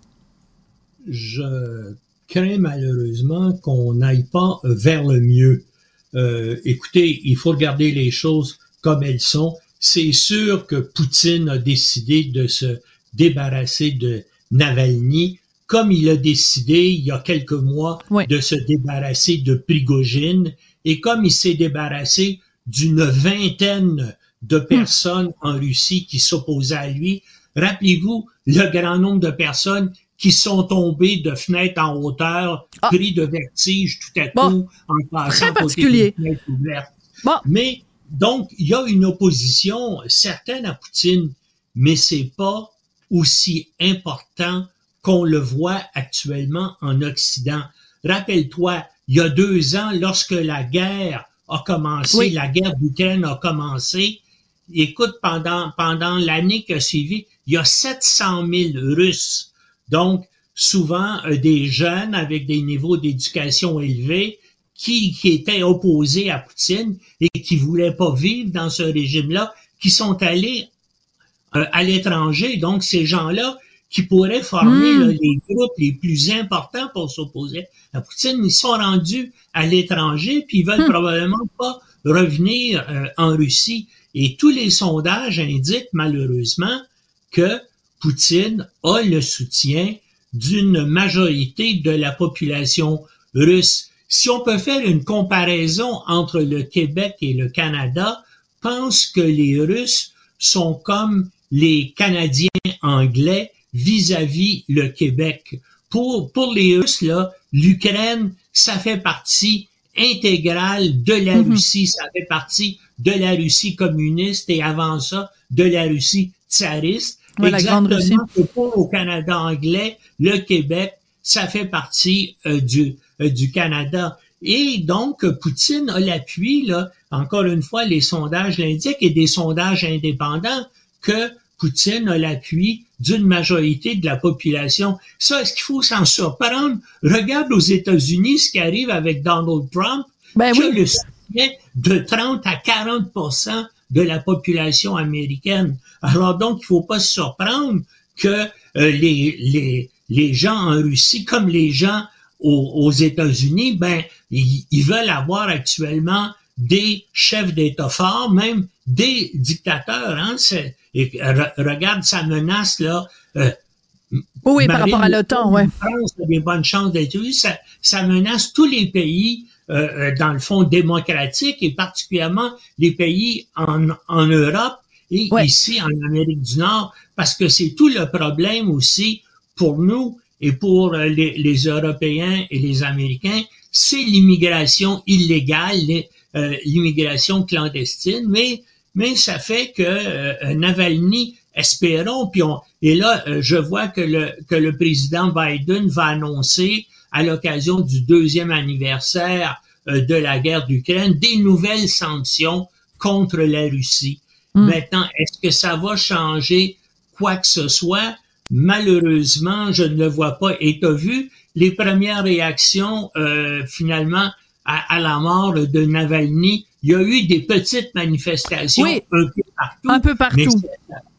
Je crains malheureusement qu'on n'aille pas vers le mieux. Euh, écoutez, il faut regarder les choses comme elles sont. C'est sûr que Poutine a décidé de se débarrasser de Navalny, comme il a décidé il y a quelques mois oui. de se débarrasser de Prigojine, et comme il s'est débarrassé d'une vingtaine de personnes mmh. en Russie qui s'opposaient à lui. Rappelez-vous le grand nombre de personnes qui sont tombées de fenêtres en hauteur, ah. pris de vertige tout à coup, bon. en passant Très particulier. Côté des fenêtres ouvertes. Bon. Mais donc, il y a une opposition certaine à Poutine, mais c'est pas aussi important qu'on le voit actuellement en Occident. Rappelle-toi, il y a deux ans, lorsque la guerre a commencé, oui. la guerre d'Ukraine a commencé, écoute, pendant, pendant l'année qui a suivi, il y a sept cent mille Russes, donc souvent euh, des jeunes avec des niveaux d'éducation élevés, Qui, qui étaient opposés à Poutine et qui voulaient pas vivre dans ce régime-là, qui sont allés euh, à l'étranger. Donc, ces gens-là qui pourraient former mmh. là, les groupes les plus importants pour s'opposer à Poutine, ils sont rendus à l'étranger puis ils veulent mmh. probablement pas revenir euh, en Russie. Et tous les sondages indiquent malheureusement que Poutine a le soutien d'une majorité de la population russe. Si on peut faire une comparaison entre le Québec et le Canada, pense que les Russes sont comme les Canadiens anglais vis-à-vis le Québec. Pour, pour les Russes, là, l'Ukraine, ça fait partie intégrale de la mm-hmm. Russie, ça fait partie de la Russie communiste et avant ça, de la Russie tsariste. Ouais, exactement la grande Russie. Que pour au Canada anglais, le Québec, ça fait partie euh, du euh, du Canada. Et donc, Poutine a l'appui, là, encore une fois, les sondages l'indiquent, et des sondages indépendants, que Poutine a l'appui d'une majorité de la population. Ça, est-ce qu'il faut s'en surprendre? Regarde aux États-Unis ce qui arrive avec Donald Trump, ben qui oui. a le soutien de trente à quarante pour cent de la population américaine. Alors donc, il faut pas se surprendre que euh, les, les, les gens en Russie, comme les gens aux, aux États-Unis, ben, ils, ils veulent avoir actuellement des chefs d'État forts, même des dictateurs. Hein, c'est, et, re, regarde, ça menace là. Euh, oui, Marine par rapport à l'OTAN, ouais. France a des bonnes chances d'être élue. Ça, ça menace tous les pays, euh, dans le fond démocratiques et particulièrement les pays en, en Europe et ouais. ici en Amérique du Nord, parce que c'est tout le problème aussi pour nous et pour les, les Européens et les Américains, c'est l'immigration illégale, les, euh, l'immigration clandestine, mais mais ça fait que euh, Navalny, espérons, puis on, et là euh, je vois que le que le président Biden va annoncer à l'occasion du deuxième anniversaire euh, de la guerre d'Ukraine des nouvelles sanctions contre la Russie. Mmh. Maintenant, est-ce que ça va changer quoi que ce soit? Malheureusement, je ne le vois pas. Et tu as vu les premières réactions euh, finalement à, à la mort de Navalny. Il y a eu des petites manifestations oui, un peu partout. Un peu partout. Mais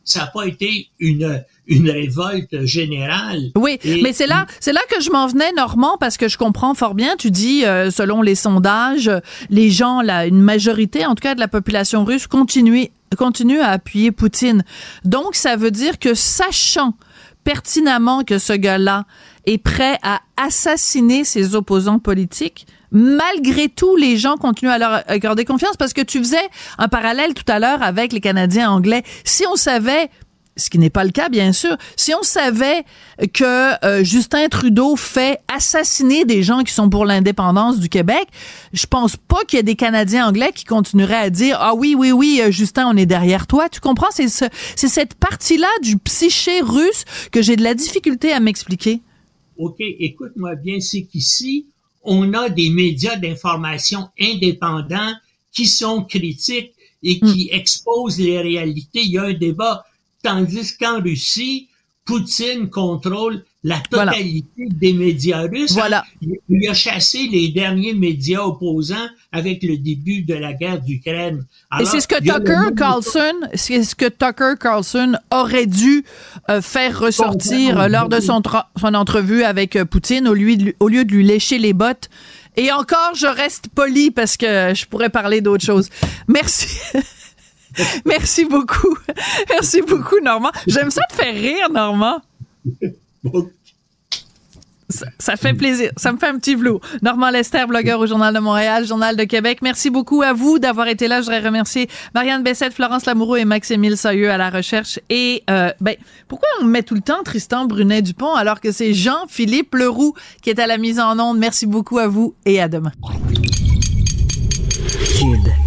ça n'a pas été une une révolte générale. Oui, et, mais c'est là, c'est là que je m'en venais, Normand, parce que je comprends fort bien. Tu dis, euh, selon les sondages, les gens, là, une majorité, en tout cas de la population russe, continue, continue à appuyer Poutine. Donc, ça veut dire que sachant pertinemment que ce gars-là est prêt à assassiner ses opposants politiques, malgré tout, les gens continuent à leur accorder confiance, parce que tu faisais un parallèle tout à l'heure avec les Canadiens anglais. Si on savait, ce qui n'est pas le cas, bien sûr, si on savait que euh, Justin Trudeau fait assassiner des gens qui sont pour l'indépendance du Québec, je pense pas qu'il y ait des Canadiens anglais qui continueraient à dire « Ah oui, oui, oui, Justin, on est derrière toi. » Tu comprends? C'est, ce, c'est cette partie-là du psyché russe que j'ai de la difficulté à m'expliquer. OK, écoute-moi bien, c'est qu'ici, on a des médias d'information indépendants qui sont critiques et qui mmh. exposent les réalités. Il y a un débat. Tandis qu'en Russie, Poutine contrôle la totalité voilà. des médias russes. Voilà. Il a chassé les derniers médias opposants avec le début de la guerre d'Ukraine. Alors, et c'est ce que Tucker Carlson, c'est ce que Tucker Carlson aurait dû euh, faire ressortir euh, lors de son, tra- son entrevue avec euh, Poutine, au lieu, de, au lieu de lui lécher les bottes. Et encore, je reste poli parce que je pourrais parler d'autre chose. Merci. Merci beaucoup. Merci beaucoup, Normand. J'aime ça te faire rire, Normand. Ça, ça fait plaisir. Ça me fait un petit velours. Normand Lester, blogueur au Journal de Montréal, Journal de Québec. Merci beaucoup à vous d'avoir été là. Je voudrais remercier Marianne Bessette, Florence Lamoureux et Maximile Soyeux à la recherche. Et, euh, ben, pourquoi on met tout le temps Tristan Brunet-Dupont alors que c'est Jean-Philippe Leroux qui est à la mise en onde? Merci beaucoup à vous et à demain. Kid.